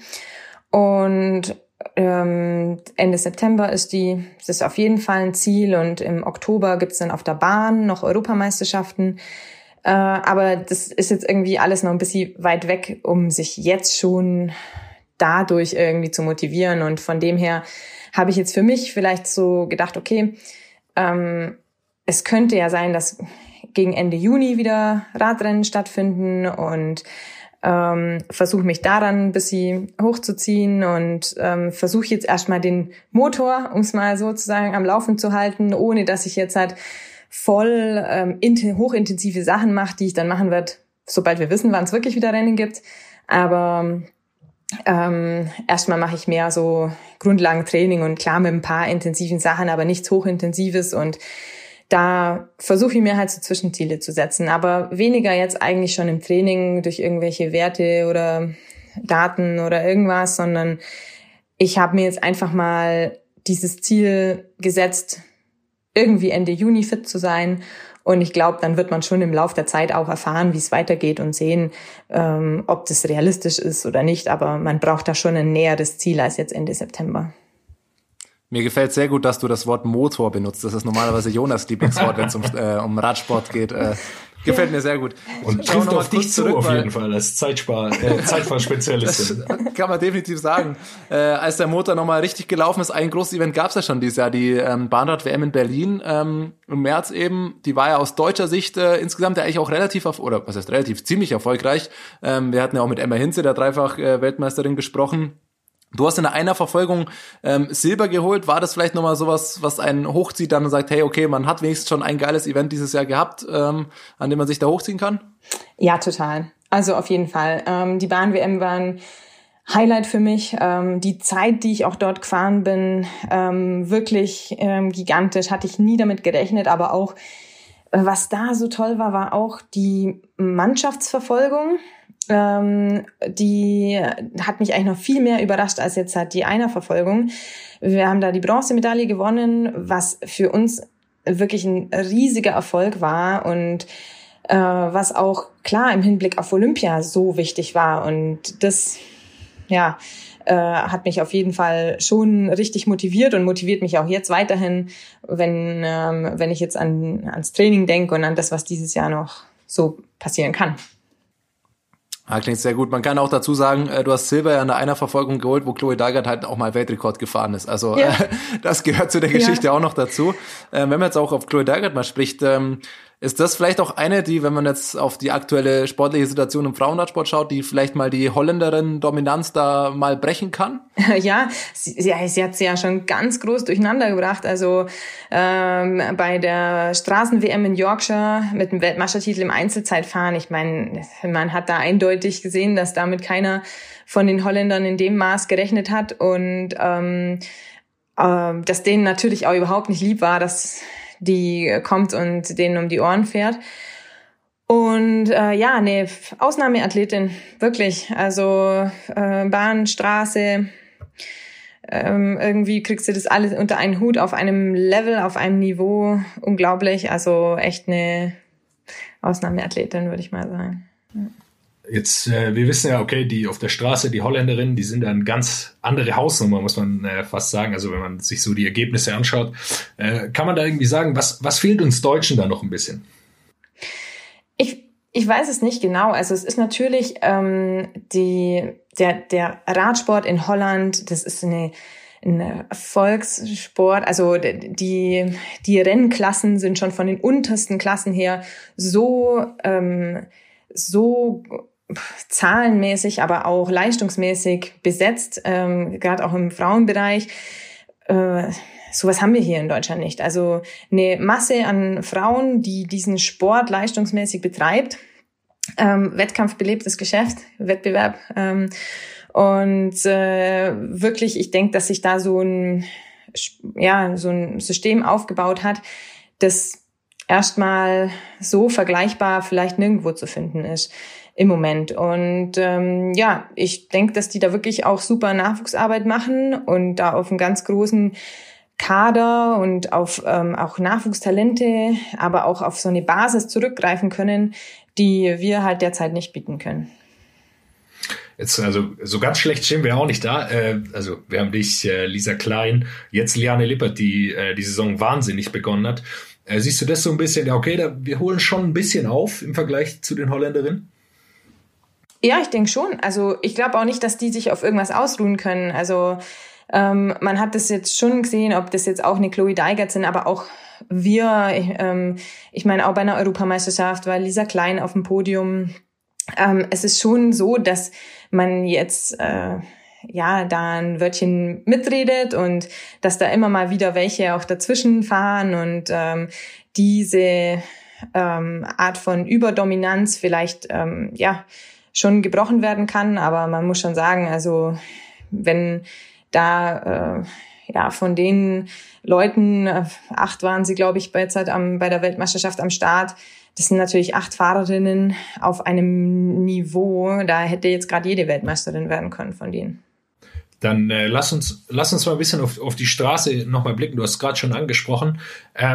und ähm, Ende September ist die, das ist auf jeden Fall ein Ziel und im Oktober gibt's dann auf der Bahn noch Europameisterschaften. Äh, aber das ist jetzt irgendwie alles noch ein bisschen weit weg, um sich jetzt schon dadurch irgendwie zu motivieren. Und von dem her habe ich jetzt für mich vielleicht so gedacht, okay, ähm, es könnte ja sein, dass gegen Ende Juni wieder Radrennen stattfinden und ähm, versuche mich daran ein bisschen hochzuziehen und ähm, versuche jetzt erstmal den Motor, um es mal sozusagen am Laufen zu halten, ohne dass ich jetzt halt voll ähm, int- hochintensive Sachen mache, die ich dann machen werde, sobald wir wissen, wann es wirklich wieder Rennen gibt. Aber ähm, erstmal mache ich mehr so Grundlagentraining und klar mit ein paar intensiven Sachen, aber nichts Hochintensives und da versuche ich mir halt so Zwischenziele zu setzen, aber weniger jetzt eigentlich schon im Training durch irgendwelche Werte oder Daten oder irgendwas, sondern ich habe mir jetzt einfach mal dieses Ziel gesetzt, irgendwie Ende Juni fit zu sein. Und ich glaube, dann wird man schon im Laufe der Zeit auch erfahren, wie es weitergeht und sehen, ähm, ob das realistisch ist oder nicht. Aber man braucht da schon ein näheres Ziel als jetzt Ende September. Mir gefällt sehr gut, dass du das Wort Motor benutzt. Das ist normalerweise Jonas' Lieblingswort, wenn es um, äh, um Radsport geht. Äh, gefällt mir sehr gut. Und trifft auf dich zu, zurück, auf jeden Fall, als Zeitspar, äh, Zeitfahrspezialistin. Das kann man definitiv sagen. Äh, als der Motor nochmal richtig gelaufen ist, ein großes Event gab es ja schon dieses Jahr, die ähm, Bahnrad-W M in Berlin ähm, im März eben. Die war ja aus deutscher Sicht äh, insgesamt ja eigentlich auch relativ, auf, oder was heißt relativ, ziemlich erfolgreich. Ähm, wir hatten ja auch mit Emma Hinze, der Dreifach-Weltmeisterin, gesprochen. Du hast in der Einerverfolgung ähm, Silber geholt. War das vielleicht nochmal sowas, was einen hochzieht dann und sagt, hey, okay, man hat wenigstens schon ein geiles Event dieses Jahr gehabt, ähm, an dem man sich da hochziehen kann? Ja, total. Also auf jeden Fall. Ähm, die Bahn-W M war ein Highlight für mich. Ähm, die Zeit, die ich auch dort gefahren bin, ähm, wirklich ähm, gigantisch. Hatte ich nie damit gerechnet, aber auch, was da so toll war, war auch die Mannschaftsverfolgung. Ähm, die hat mich eigentlich noch viel mehr überrascht als jetzt halt die Einerverfolgung. Wir haben da die Bronzemedaille gewonnen, was für uns wirklich ein riesiger Erfolg war und äh, was auch klar im Hinblick auf Olympia so wichtig war. Und das, ja, äh, hat mich auf jeden Fall schon richtig motiviert und motiviert mich auch jetzt weiterhin, wenn ähm, wenn ich jetzt an ans Training denke und an das, was dieses Jahr noch so passieren kann. Ah, klingt sehr gut. Man kann auch dazu sagen, du hast Silber ja in der Einerverfolgung geholt, wo Chloe Dygert halt auch mal Weltrekord gefahren ist. Also ja. äh, das gehört zu der Geschichte ja auch noch dazu. Äh, wenn man jetzt auch auf Chloe Dygert mal spricht, ähm, ist das vielleicht auch eine, die, wenn man jetzt auf die aktuelle sportliche Situation im Frauenradsport schaut, die vielleicht mal die Holländerin-Dominanz da mal brechen kann? Ja, sie, sie, sie hat sie ja schon ganz groß durcheinander gebracht. Also ähm, bei der Straßen-W M in Yorkshire mit dem Weltmeistertitel im Einzelzeitfahren, ich meine, man hat da eindeutig gesehen, dass damit keiner von den Holländern in dem Maß gerechnet hat und ähm, äh, dass denen natürlich auch überhaupt nicht lieb war, dass die kommt und denen um die Ohren fährt. Und äh, ja, ne, Ausnahmeathletin, wirklich. Also äh, Bahn, Straße, ähm, irgendwie kriegst du das alles unter einen Hut auf einem Level, auf einem Niveau. Unglaublich, also echt eine Ausnahmeathletin, würde ich mal sagen. Ja. Jetzt, äh, wir wissen ja, okay, die auf der Straße, die Holländerinnen, die sind eine ganz andere Hausnummer, muss man äh, fast sagen. Also wenn man sich so die Ergebnisse anschaut, äh, kann man da irgendwie sagen, was, was fehlt uns Deutschen da noch ein bisschen? Ich, ich weiß es nicht genau. Also es ist natürlich ähm, die, der, der Radsport in Holland, das ist eine, ein Volkssport. Also die, die Rennklassen sind schon von den untersten Klassen her so, ähm, so zahlenmäßig, aber auch leistungsmäßig besetzt, ähm, gerade auch im Frauenbereich. Äh, sowas haben wir hier in Deutschland nicht. Also eine Masse an Frauen, die diesen Sport leistungsmäßig betreibt. Ähm, wettkampfbelebtes Geschäft, Wettbewerb. Ähm, und äh, wirklich, ich denke, dass sich da so ein, ja, so ein System aufgebaut hat, das erstmal so vergleichbar vielleicht nirgendwo zu finden ist im Moment. Und ähm, ja, ich denke, dass die da wirklich auch super Nachwuchsarbeit machen und da auf einen ganz großen Kader und auf ähm, auch Nachwuchstalente, aber auch auf so eine Basis zurückgreifen können, die wir halt derzeit nicht bieten können. Jetzt, also so ganz schlecht stehen wir auch nicht da. Äh, also wir haben dich, äh, Lisa Klein, jetzt Liane Lippert, die äh, die Saison wahnsinnig begonnen hat. Äh, siehst du das so ein bisschen? Ja, okay, da, wir holen schon ein bisschen auf im Vergleich zu den Holländerinnen? Ja, ich denke schon. Also ich glaube auch nicht, dass die sich auf irgendwas ausruhen können. Also ähm, man hat das jetzt schon gesehen, ob das jetzt auch eine Chloe Dygert sind, aber auch wir. Ich, ähm, ich meine, auch bei einer Europameisterschaft war Lisa Klein auf dem Podium. Ähm, es ist schon so, dass man jetzt äh, ja da ein Wörtchen mitredet und dass da immer mal wieder welche auch dazwischen fahren und ähm, diese ähm, Art von Überdominanz vielleicht ähm, ja schon gebrochen werden kann, aber man muss schon sagen, also wenn da äh, ja von den Leuten, äh, acht waren sie, glaube ich, bei, jetzt halt am, bei der Weltmeisterschaft am Start, das sind natürlich acht Fahrerinnen auf einem Niveau, da hätte jetzt gerade jede Weltmeisterin werden können von denen. Dann äh, lass uns lass uns mal ein bisschen auf, auf die Straße nochmal blicken. Du hast es gerade schon angesprochen. Ähm,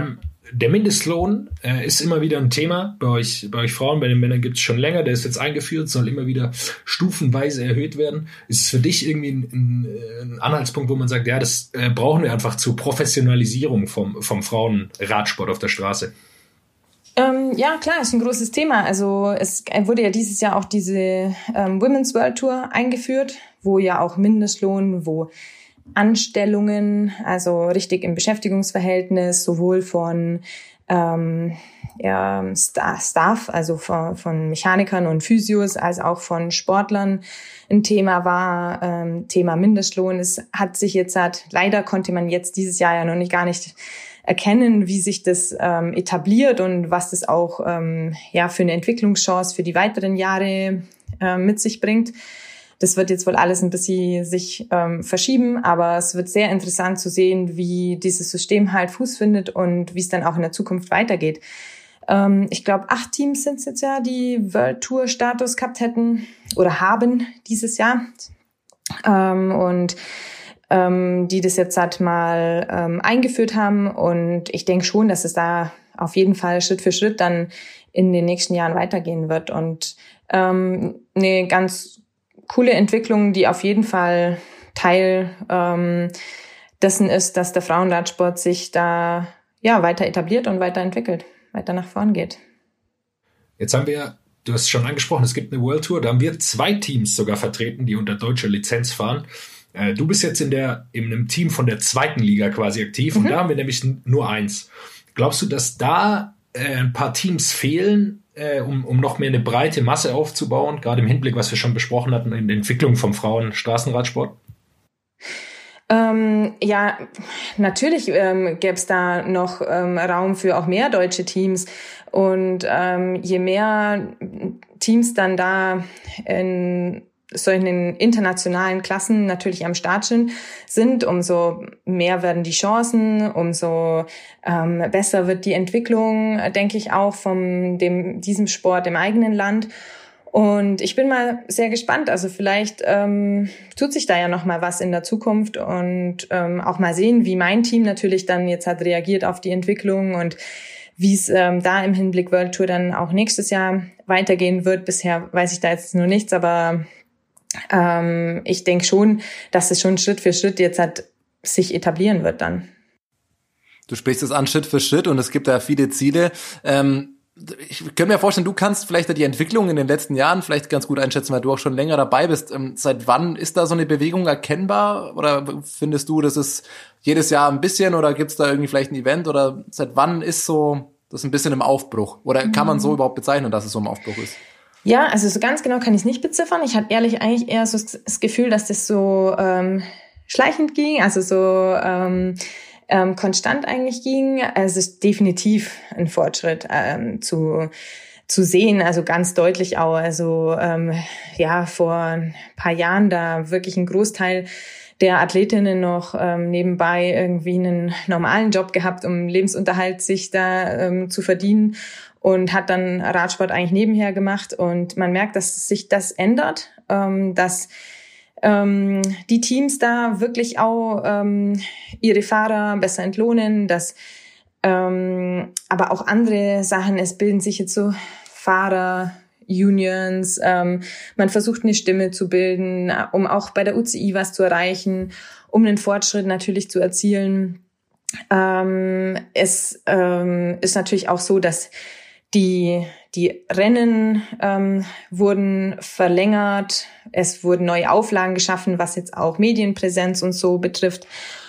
der Mindestlohn äh, ist immer wieder ein Thema bei euch, bei euch Frauen, bei den Männern gibt es schon länger, der ist jetzt eingeführt, soll immer wieder stufenweise erhöht werden. Ist es für dich irgendwie ein, ein, ein Anhaltspunkt, wo man sagt, ja, das äh, brauchen wir einfach zur Professionalisierung vom, vom Frauenradsport auf der Straße? Ähm, ja, klar, ist ein großes Thema. Also es wurde ja dieses Jahr auch diese ähm, Women's World Tour eingeführt, wo ja auch Mindestlohn, wo Anstellungen, also richtig im Beschäftigungsverhältnis, sowohl von ähm, ja, Staff, also von, von Mechanikern und Physios, als auch von Sportlern ein Thema war, ähm, Thema Mindestlohn. Es hat sich jetzt, hat, leider konnte man jetzt dieses Jahr ja noch nicht gar nicht erkennen, wie sich das ähm, etabliert und was das auch ähm, ja für eine Entwicklungschance für die weiteren Jahre äh, mit sich bringt. Das wird jetzt wohl alles ein bisschen sich ähm, verschieben, aber es wird sehr interessant zu sehen, wie dieses System halt Fuß findet und wie es dann auch in der Zukunft weitergeht. Ähm, ich glaube, acht Teams sind es jetzt ja, die World Tour Status gehabt hätten oder haben dieses Jahr. Ähm, und ähm, die das jetzt halt mal ähm, eingeführt haben. Und ich denke schon, dass es da auf jeden Fall Schritt für Schritt dann in den nächsten Jahren weitergehen wird. Und ähm, eine ganz coole Entwicklung, die auf jeden Fall Teil ähm, dessen ist, dass der Frauenradsport sich da ja weiter etabliert und weiterentwickelt, weiter nach vorn geht. Jetzt haben wir, du hast es schon angesprochen, es gibt eine World Tour, da haben wir zwei Teams sogar vertreten, die unter deutscher Lizenz fahren. Du bist jetzt in der in einem Team von der zweiten Liga quasi aktiv, mhm. und da haben wir nämlich nur eins. Glaubst du, dass da äh, ein paar Teams fehlen, äh, um, um noch mehr eine breite Masse aufzubauen, gerade im Hinblick, was wir schon besprochen hatten, in der Entwicklung vom Frauen-Straßenradsport? Ähm, ja, natürlich ähm, gäbe es da noch ähm, Raum für auch mehr deutsche Teams. Und ähm, je mehr Teams dann da in solchen internationalen Klassen natürlich am Start sind, umso mehr werden die Chancen, umso ähm, besser wird die Entwicklung, denke ich, auch von dem diesem Sport im eigenen Land. Und ich bin mal sehr gespannt. Also vielleicht ähm, tut sich da ja noch mal was in der Zukunft und ähm, auch mal sehen, wie mein Team natürlich dann jetzt hat reagiert auf die Entwicklung und wie es ähm, da im Hinblick World Tour dann auch nächstes Jahr weitergehen wird. Bisher weiß ich da jetzt nur nichts, aber ähm, ich denke schon, dass es schon Schritt für Schritt jetzt halt sich etablieren wird dann. Du sprichst es an Schritt für Schritt und es gibt da viele Ziele. Ähm Ich könnte mir vorstellen, du kannst vielleicht die Entwicklung in den letzten Jahren vielleicht ganz gut einschätzen, weil du auch schon länger dabei bist. Seit wann ist da so eine Bewegung erkennbar? Oder findest du, das ist jedes Jahr ein bisschen oder gibt es da irgendwie vielleicht ein Event? Oder seit wann ist so das ein bisschen im Aufbruch? Oder kann man so überhaupt bezeichnen, dass es so im Aufbruch ist? Ja, also so ganz genau kann ich es nicht beziffern. Ich hatte ehrlich eigentlich eher so das Gefühl, dass das so ähm, schleichend ging, also so ähm, Ähm, konstant eigentlich ging. Es ist definitiv ein Fortschritt ähm, zu zu sehen, also ganz deutlich auch. Also ähm, ja, vor ein paar Jahren da wirklich ein Großteil der Athletinnen noch ähm, nebenbei irgendwie einen normalen Job gehabt, um Lebensunterhalt sich da ähm, zu verdienen und hat dann Radsport eigentlich nebenher gemacht. Und man merkt, dass sich das ändert, ähm, dass Ähm, die Teams da wirklich auch ähm, ihre Fahrer besser entlohnen, dass ähm, aber auch andere Sachen, es bilden sich jetzt so Fahrer-Unions, ähm, man versucht eine Stimme zu bilden, um auch bei der U C I was zu erreichen, um einen Fortschritt natürlich zu erzielen. Ähm, es ähm, ist natürlich auch so, dass Die, die Rennen ähm, wurden verlängert, es wurden neue Auflagen geschaffen, was jetzt auch Medienpräsenz und so betrifft.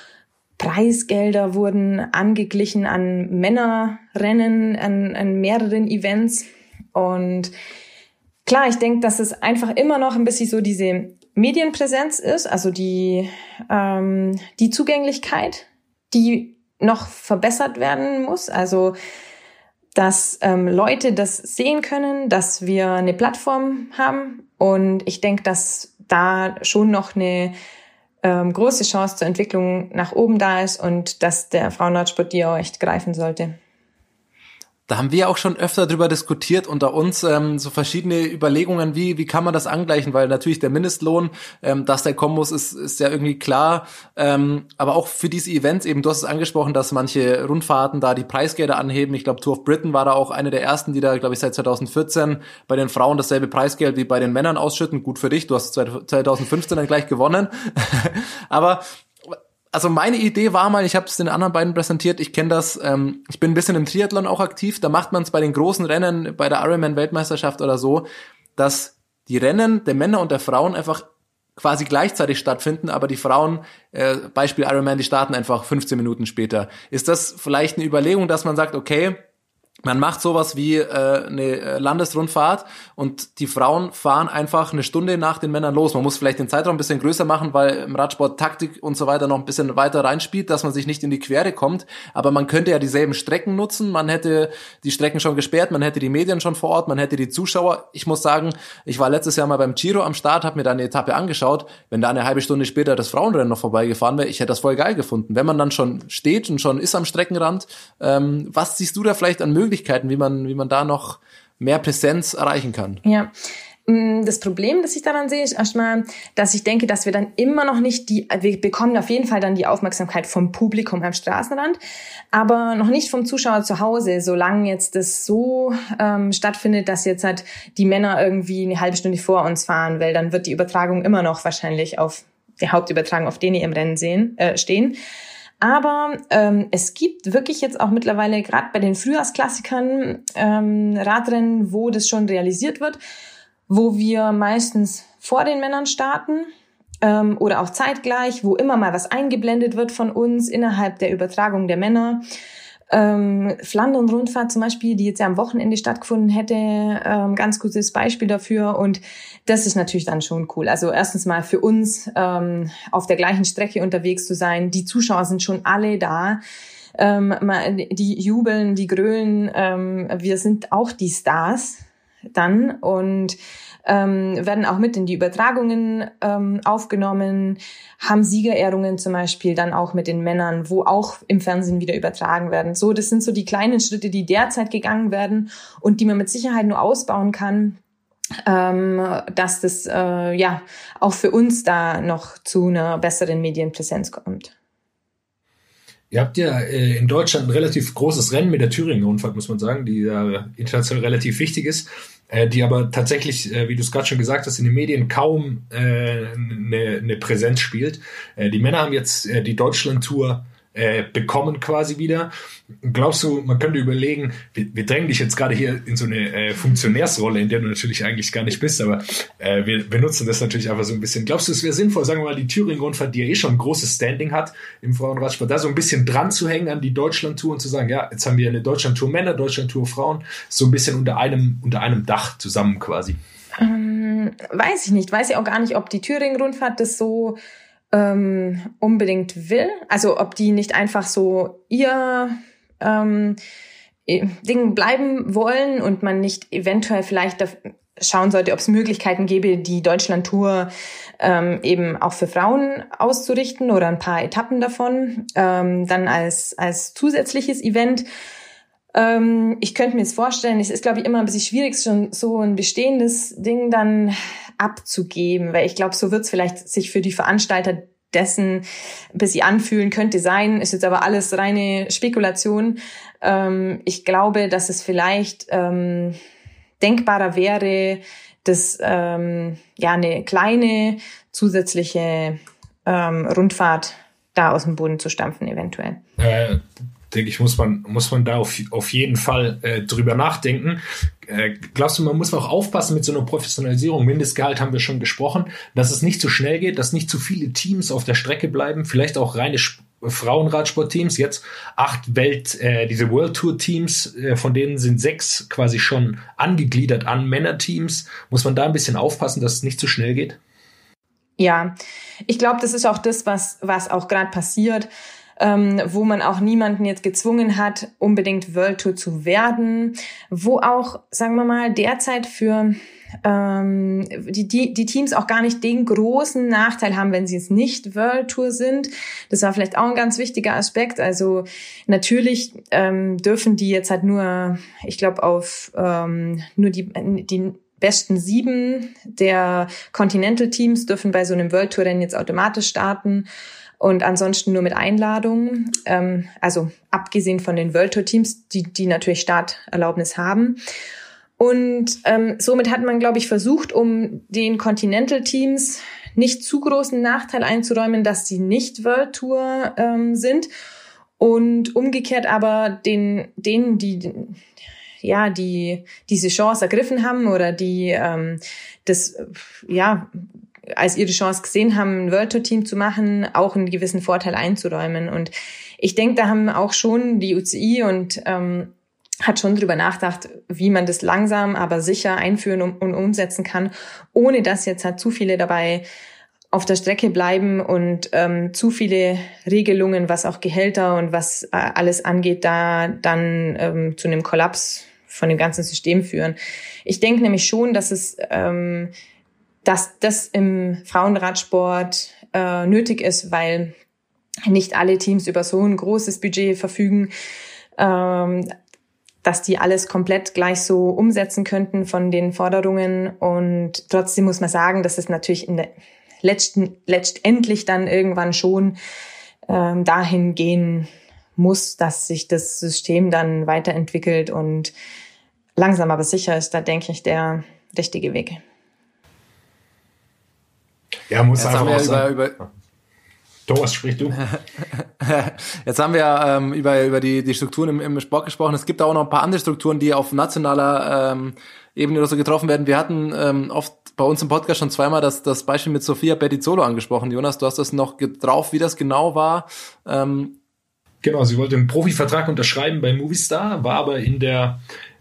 Preisgelder wurden angeglichen an Männerrennen, an, an mehreren Events. Und klar, ich denke, dass es einfach immer noch ein bisschen so diese Medienpräsenz ist, also die, ähm, die Zugänglichkeit, die noch verbessert werden muss. Also dass ähm, Leute das sehen können, dass wir eine Plattform haben. Und ich denke, dass da schon noch eine ähm, große Chance zur Entwicklung nach oben da ist und dass der Frauenradsport die auch echt greifen sollte. Da haben wir auch schon öfter drüber diskutiert unter uns, ähm, so verschiedene Überlegungen, wie wie kann man das angleichen, weil natürlich der Mindestlohn, ähm, dass der kommen muss, ist ist ja irgendwie klar, ähm, aber auch für diese Events eben, du hast es angesprochen, dass manche Rundfahrten da die Preisgelder anheben. Ich glaube, Tour of Britain war da auch eine der ersten, die da, glaube ich, seit zwanzig vierzehn bei den Frauen dasselbe Preisgeld wie bei den Männern ausschütten. Gut für dich, du hast zwanzig fünfzehn dann gleich gewonnen. Aber also meine Idee war mal, ich habe es den anderen beiden präsentiert, ich kenne das, ähm, ich bin ein bisschen im Triathlon auch aktiv, da macht man es bei den großen Rennen, bei der Ironman-Weltmeisterschaft oder so, dass die Rennen der Männer und der Frauen einfach quasi gleichzeitig stattfinden, aber die Frauen, äh, Beispiel Ironman, die starten einfach fünfzehn Minuten später. Ist das vielleicht eine Überlegung, dass man sagt, okay, man macht sowas wie äh, eine Landesrundfahrt und die Frauen fahren einfach eine Stunde nach den Männern los. Man muss vielleicht den Zeitraum ein bisschen größer machen, weil im Radsport Taktik und so weiter noch ein bisschen weiter reinspielt, dass man sich nicht in die Quere kommt. Aber man könnte ja dieselben Strecken nutzen. Man hätte die Strecken schon gesperrt, man hätte die Medien schon vor Ort, man hätte die Zuschauer. Ich muss sagen, ich war letztes Jahr mal beim Giro am Start, habe mir da eine Etappe angeschaut. Wenn da eine halbe Stunde später das Frauenrennen noch vorbeigefahren wäre, ich hätte das voll geil gefunden. Wenn man dann schon steht und schon ist am Streckenrand, ähm, was siehst du da vielleicht an Möglichkeiten? Möglichkeiten, wie man, wie man da noch mehr Präsenz erreichen kann. Ja, das Problem, das ich daran sehe, ist erstmal, dass ich denke, dass wir dann immer noch nicht die, wir bekommen auf jeden Fall dann die Aufmerksamkeit vom Publikum am Straßenrand, aber noch nicht vom Zuschauer zu Hause, solange jetzt das so ähm, stattfindet, dass jetzt halt die Männer irgendwie eine halbe Stunde vor uns fahren, weil dann wird die Übertragung immer noch wahrscheinlich auf die Hauptübertragung, auf denen die im Rennen sehen, äh, stehen. Aber ähm, es gibt wirklich jetzt auch mittlerweile, gerade bei den Frühjahrsklassikern, ähm, Radrennen, wo das schon realisiert wird, wo wir meistens vor den Männern starten ähm, oder auch zeitgleich, wo immer mal was eingeblendet wird von uns innerhalb der Übertragung der Männer. Ähm, Flandern-Rundfahrt zum Beispiel, die jetzt ja am Wochenende stattgefunden hätte, ähm, ganz gutes Beispiel dafür, und das ist natürlich dann schon cool. Also erstens mal für uns ähm, auf der gleichen Strecke unterwegs zu sein, die Zuschauer sind schon alle da, ähm, die jubeln, die grölen, ähm, wir sind auch die Stars dann und ähm, werden auch mit in die Übertragungen ähm, aufgenommen, haben Siegerehrungen zum Beispiel dann auch mit den Männern, wo auch im Fernsehen wieder übertragen werden. So, das sind so die kleinen Schritte, die derzeit gegangen werden und die man mit Sicherheit nur ausbauen kann, ähm, dass das äh, ja auch für uns da noch zu einer besseren Medienpräsenz kommt. Ihr habt ja äh, in Deutschland ein relativ großes Rennen mit der Thüringen-Rundfahrt, muss man sagen, die äh, international relativ wichtig ist, äh, die aber tatsächlich, äh, wie du es gerade schon gesagt hast, in den Medien kaum eine äh, ne, ne Präsenz spielt. Äh, die Männer haben jetzt äh, die Deutschland-Tour äh, bekommen quasi wieder. Glaubst du, man könnte überlegen, wir, wir drängen dich jetzt gerade hier in so eine äh, Funktionärsrolle, in der du natürlich eigentlich gar nicht bist, aber äh, wir benutzen das natürlich einfach so ein bisschen. Glaubst du, es wäre sinnvoll, sagen wir mal, die Thüringen-Rundfahrt, die ja eh schon ein großes Standing hat im Frauenradsport, da so ein bisschen dran zu hängen an die Deutschland-Tour und zu sagen, ja, jetzt haben wir eine Deutschland-Tour Männer, Deutschland-Tour Frauen, so ein bisschen unter einem, unter einem Dach zusammen quasi? Ähm, weiß ich nicht. Weiß ich auch gar nicht, ob die Thüringen-Rundfahrt das so ähm, unbedingt will. Also ob die nicht einfach so ihr ähm, Ding bleiben wollen und man nicht eventuell vielleicht schauen sollte, ob es Möglichkeiten gäbe, die Deutschland-Tour ähm, eben auch für Frauen auszurichten oder ein paar Etappen davon, ähm, dann als als zusätzliches Event. Ähm, ich könnte mir jetzt vorstellen, es ist, glaube ich, immer ein bisschen schwierig, schon so ein bestehendes Ding dann abzugeben, weil ich glaube, so wird es vielleicht sich für die Veranstalter dessen ein bisschen anfühlen, könnte sein, ist jetzt aber alles reine Spekulation. Ähm, ich glaube, dass es vielleicht ähm, denkbarer wäre, dass ähm, ja eine kleine zusätzliche ähm, Rundfahrt da aus dem Boden zu stampfen eventuell. Äh, denke ich, muss man muss man da auf, auf jeden Fall äh, drüber nachdenken. Äh, glaubst du, man muss auch aufpassen mit so einer Professionalisierung? Mindestgehalt haben wir schon gesprochen, dass es nicht zu schnell geht, dass nicht zu viele Teams auf der Strecke bleiben, vielleicht auch reine Sp- Frauenradsportteams, jetzt acht Welt, äh, diese World Tour Teams, äh, von denen sind sechs quasi schon angegliedert an Männerteams. Muss man da ein bisschen aufpassen, dass es nicht zu schnell geht? Ja, ich glaube, das ist auch das, was was auch gerade passiert, ähm, wo man auch niemanden jetzt gezwungen hat, unbedingt World Tour zu werden, wo auch, sagen wir mal, derzeit für ähm, die, die, die Teams auch gar nicht den großen Nachteil haben, wenn sie jetzt nicht World Tour sind. Das war vielleicht auch ein ganz wichtiger Aspekt. Also natürlich ähm, dürfen die jetzt halt nur, ich glaube, auf ähm, nur die, die besten sieben der Continental-Teams dürfen bei so einem World Tour-Rennen jetzt automatisch starten. Und ansonsten nur mit Einladung, ähm, also abgesehen von den World Tour Teams, die die natürlich Starterlaubnis haben. Und ähm, somit hat man, glaube ich, versucht, um den Continental Teams nicht zu großen Nachteil einzuräumen, dass sie nicht World Tour ähm, sind. Und umgekehrt aber den denen, die ja die diese Chance ergriffen haben oder die ähm, das ja als ihre Chance gesehen haben, ein World Tour Team zu machen, auch einen gewissen Vorteil einzuräumen. Und ich denke, da haben auch schon die U C I und ähm, hat schon drüber nachgedacht, wie man das langsam, aber sicher einführen und, und umsetzen kann, ohne dass jetzt halt zu viele dabei auf der Strecke bleiben und ähm, zu viele Regelungen, was auch Gehälter und was äh, alles angeht, da dann ähm, zu einem Kollaps von dem ganzen System führen. Ich denke nämlich schon, dass es ähm, dass das im Frauenradsport äh, nötig ist, weil nicht alle Teams über so ein großes Budget verfügen, ähm, dass die alles komplett gleich so umsetzen könnten von den Forderungen. Und trotzdem muss man sagen, dass es natürlich in der letzten, letztendlich dann irgendwann schon ähm, dahin gehen muss, dass sich das System dann weiterentwickelt und langsam aber sicher ist, da denke ich, der richtige Weg. Ja, muss Jetzt einfach haben wir auch sein. über, über Thomas, sprich du. Jetzt haben wir ähm, über über die die Strukturen im, im Sport gesprochen. Es gibt auch noch ein paar andere Strukturen, die auf nationaler ähm, Ebene oder so getroffen werden. Wir hatten ähm, oft bei uns im Podcast schon zweimal das das Beispiel mit Sofia Bettizzolo angesprochen. Jonas, du hast das noch drauf, wie das genau war. Ähm, genau, sie wollte einen Profivertrag unterschreiben bei Movistar, war aber in der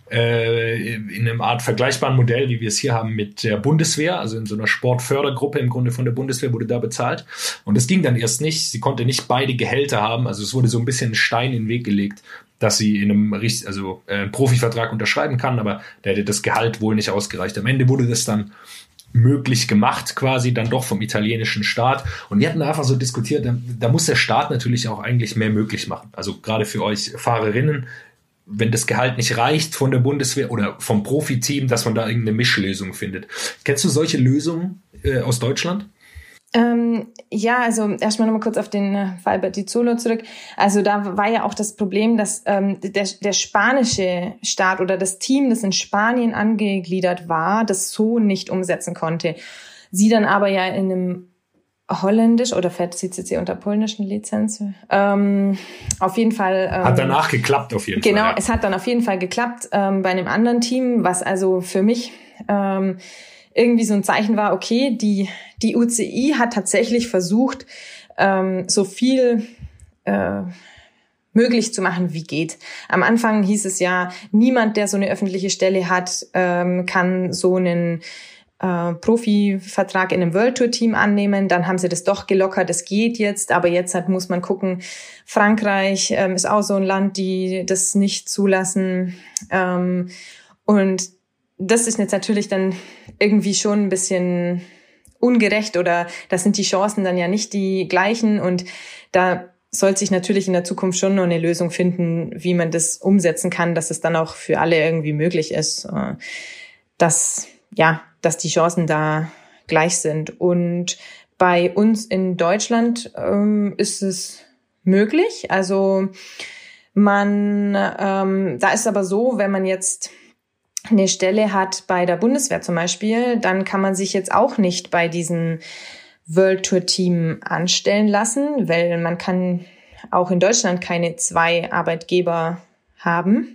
in einem Art vergleichbaren Modell, wie wir es hier haben mit der Bundeswehr, also in so einer Sportfördergruppe im Grunde von der Bundeswehr wurde da bezahlt. Und das ging dann erst nicht. Sie konnte nicht beide Gehälter haben. Also es wurde so ein bisschen ein Stein in den Weg gelegt, dass sie in einem also äh, einen Profivertrag unterschreiben kann, aber der hätte das Gehalt wohl nicht ausgereicht. Am Ende wurde das dann möglich gemacht, quasi dann doch vom italienischen Staat. Und wir hatten da einfach so diskutiert, da, da muss der Staat natürlich auch eigentlich mehr möglich machen. Also gerade für euch Fahrerinnen, wenn das Gehalt nicht reicht von der Bundeswehr oder vom Profiteam, dass man da irgendeine Mischlösung findet. Kennst du solche Lösungen äh, aus Deutschland? Ähm, ja, also erstmal nochmal kurz auf den Fall Bettizzolo zurück. Also da war ja auch das Problem, dass ähm, der, der spanische Staat oder das Team, das in Spanien angegliedert war, das so nicht umsetzen konnte. Sie dann aber ja in einem holländisch oder fährt C C C unter polnischen Lizenz. Ähm, auf jeden Fall. Ähm, hat danach geklappt auf jeden genau, Fall. Genau, ja. Es hat dann auf jeden Fall geklappt ähm, bei einem anderen Team, was also für mich ähm, irgendwie so ein Zeichen war, okay, die die U C I hat tatsächlich versucht, ähm, so viel äh, möglich zu machen, wie geht. Am Anfang hieß es ja, niemand, der so eine öffentliche Stelle hat, ähm, kann so einen Äh, Profivertrag in einem World Tour Team annehmen, dann haben sie das doch gelockert, das geht jetzt, aber jetzt halt muss man gucken, Frankreich ähm, ist auch so ein Land, die das nicht zulassen ähm, und das ist jetzt natürlich dann irgendwie schon ein bisschen ungerecht oder das sind die Chancen dann ja nicht die gleichen und da soll sich natürlich in der Zukunft schon noch eine Lösung finden, wie man das umsetzen kann, dass es dann auch für alle irgendwie möglich ist, äh, dass ja, dass die Chancen da gleich sind. Und bei uns in Deutschland ähm, ist es möglich. Also man, ähm, da ist aber so, wenn man jetzt eine Stelle hat bei der Bundeswehr zum Beispiel, dann kann man sich jetzt auch nicht bei diesem World Tour Team anstellen lassen, weil man kann auch in Deutschland keine zwei Arbeitgeber haben.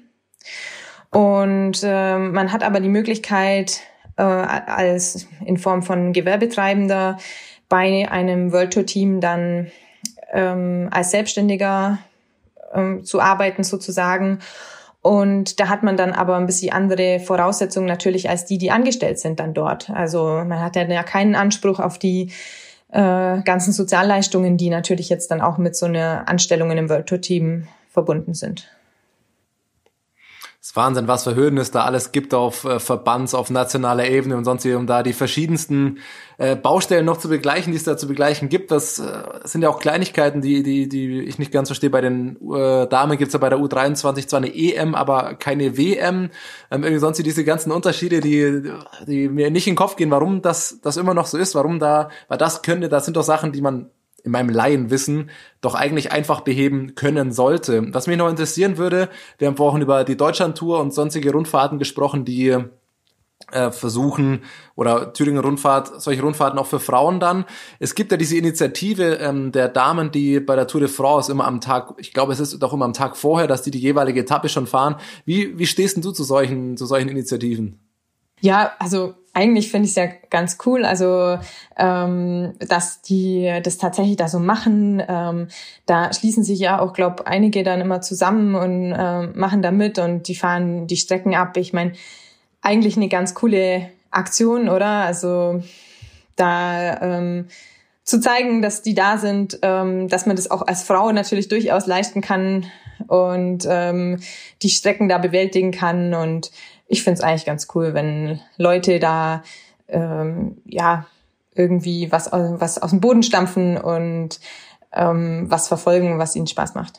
Und äh, man hat aber die Möglichkeit, als in Form von Gewerbetreibender bei einem World Tour Team dann ähm, als Selbstständiger ähm, zu arbeiten sozusagen. Und da hat man dann aber ein bisschen andere Voraussetzungen natürlich als die, die angestellt sind dann dort. Also man hat ja keinen Anspruch auf die äh, ganzen Sozialleistungen, die natürlich jetzt dann auch mit so einer Anstellung in einem World Tour Team verbunden sind. Das ist Wahnsinn, was für Hürden es da alles gibt auf äh, Verbands-, auf nationaler Ebene und sonst wie, um da die verschiedensten äh, Baustellen noch zu begleichen, die es da zu begleichen gibt. Das äh, sind ja auch Kleinigkeiten, die die die ich nicht ganz verstehe. Bei den äh, Damen gibt's ja bei der U dreiundzwanzig zwar eine E M, aber keine W M. Ähm, irgendwie sonst wie diese ganzen Unterschiede, die die mir nicht in den Kopf gehen, warum das das immer noch so ist, warum da, weil das könnte, das sind doch Sachen, die man in meinem Laienwissen doch eigentlich einfach beheben können sollte. Was mich noch interessieren würde, wir haben vorhin über die Deutschlandtour und sonstige Rundfahrten gesprochen, die äh, versuchen, oder Thüringer Rundfahrt, solche Rundfahrten auch für Frauen dann. Es gibt ja diese Initiative ähm, der Damen, die bei der Tour de France immer am Tag, ich glaube, es ist doch immer am Tag vorher, dass die die jeweilige Etappe schon fahren. Wie, wie stehst denn du zu solchen, zu solchen Initiativen? Ja, also eigentlich finde ich es ja ganz cool, also ähm, dass die das tatsächlich da so machen. Ähm, da schließen sich ja auch, glaube einige dann immer zusammen und äh, machen da mit und die fahren die Strecken ab. Ich meine, eigentlich eine ganz coole Aktion, oder? Also da ähm, zu zeigen, dass die da sind, ähm, dass man das auch als Frau natürlich durchaus leisten kann und ähm, die Strecken da bewältigen kann. Und ich finde es eigentlich ganz cool, wenn Leute da ähm, ja irgendwie was, was aus dem Boden stampfen und ähm, was verfolgen, was ihnen Spaß macht.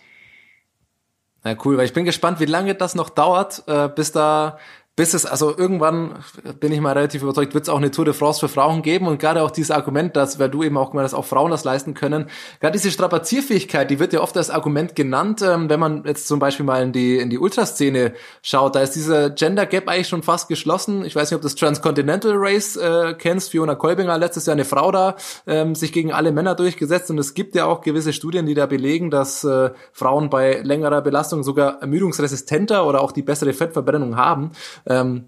Na cool, weil ich bin gespannt, wie lange das noch dauert, äh, bis da Bis es, also irgendwann, bin ich mal relativ überzeugt, wird es auch eine Tour de France für Frauen geben und gerade auch dieses Argument, dass, weil du eben auch gemeint hast, auch Frauen das leisten können, gerade diese Strapazierfähigkeit, die wird ja oft als Argument genannt, ähm, wenn man jetzt zum Beispiel mal in die in die Ultraszene schaut, da ist dieser Gender Gap eigentlich schon fast geschlossen. Ich weiß nicht, ob du das Transcontinental Race äh, kennst, Fiona Kolbinger, letztes Jahr eine Frau da, ähm, sich gegen alle Männer durchgesetzt und es gibt ja auch gewisse Studien, die da belegen, dass äh, Frauen bei längerer Belastung sogar ermüdungsresistenter oder auch die bessere Fettverbrennung haben. Ähm,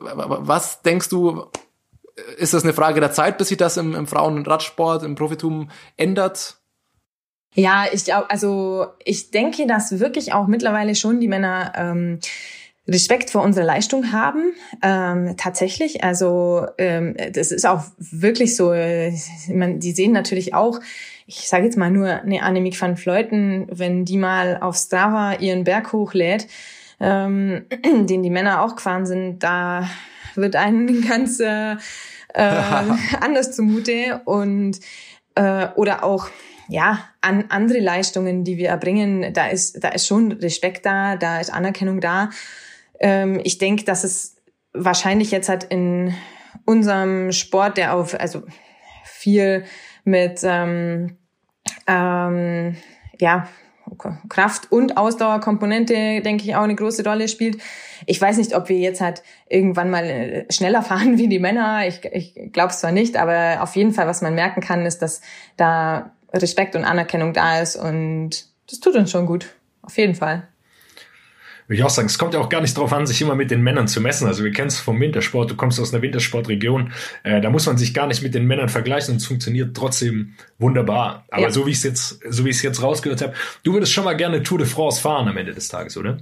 was denkst du, ist das eine Frage der Zeit, bis sich das im, im Frauenradsport, im Profitum ändert? Ja, ich also ich denke, dass wirklich auch mittlerweile schon die Männer ähm, Respekt vor unserer Leistung haben. Ähm, tatsächlich, also ähm, das ist auch wirklich so. Man, die sehen natürlich auch, ich sage jetzt mal nur eine Annemiek van Vleuten, wenn die mal auf Strava ihren Berg hochlädt, Ähm, den die Männer auch gefahren sind, da wird einem ganz äh, äh, anders zumute und äh, oder auch ja an andere Leistungen, die wir erbringen, da ist da ist schon Respekt da, da ist Anerkennung da. Ähm, ich denke, dass es wahrscheinlich jetzt halt in unserem Sport, der auf also viel mit ähm, ähm, ja Kraft- und Ausdauerkomponente, denke ich, auch eine große Rolle spielt. Ich weiß nicht, ob wir jetzt halt irgendwann mal schneller fahren wie die Männer. Ich, ich glaube es zwar nicht, aber auf jeden Fall, was man merken kann, ist, dass da Respekt und Anerkennung da ist und das tut uns schon gut. Auf jeden Fall. Würde ich auch sagen, es kommt ja auch gar nicht darauf an, sich immer mit den Männern zu messen. Also wir kennen es vom Wintersport, du kommst aus einer Wintersportregion, äh, da muss man sich gar nicht mit den Männern vergleichen und es funktioniert trotzdem wunderbar. Aber ja. so wie ich es jetzt, so wie ich es jetzt rausgehört habe, du würdest schon mal gerne Tour de France fahren am Ende des Tages, oder?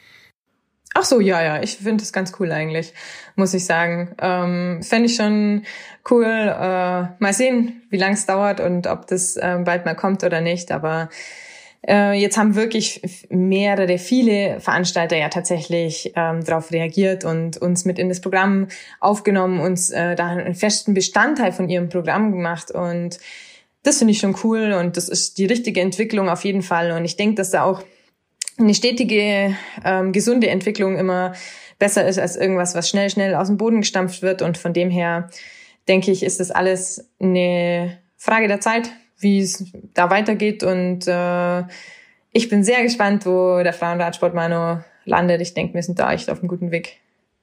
Ach so, ja, ja, ich finde das ganz cool eigentlich, muss ich sagen. Ähm, fände ich schon cool. Äh, mal sehen, wie lange es dauert und ob das äh, bald mal kommt oder nicht, aber Äh, jetzt haben wirklich mehrere, viele Veranstalter ja tatsächlich ähm, darauf reagiert und uns mit in das Programm aufgenommen, uns äh, da einen festen Bestandteil von ihrem Programm gemacht und das finde ich schon cool und das ist die richtige Entwicklung auf jeden Fall und ich denke, dass da auch eine stetige, ähm, gesunde Entwicklung immer besser ist als irgendwas, was schnell, schnell aus dem Boden gestampft wird und von dem her denke ich, ist das alles eine Frage der Zeit, wie es da weitergeht und äh, ich bin sehr gespannt, wo der Frauenradsport Manu landet. Ich denke, wir sind da echt auf einem guten Weg.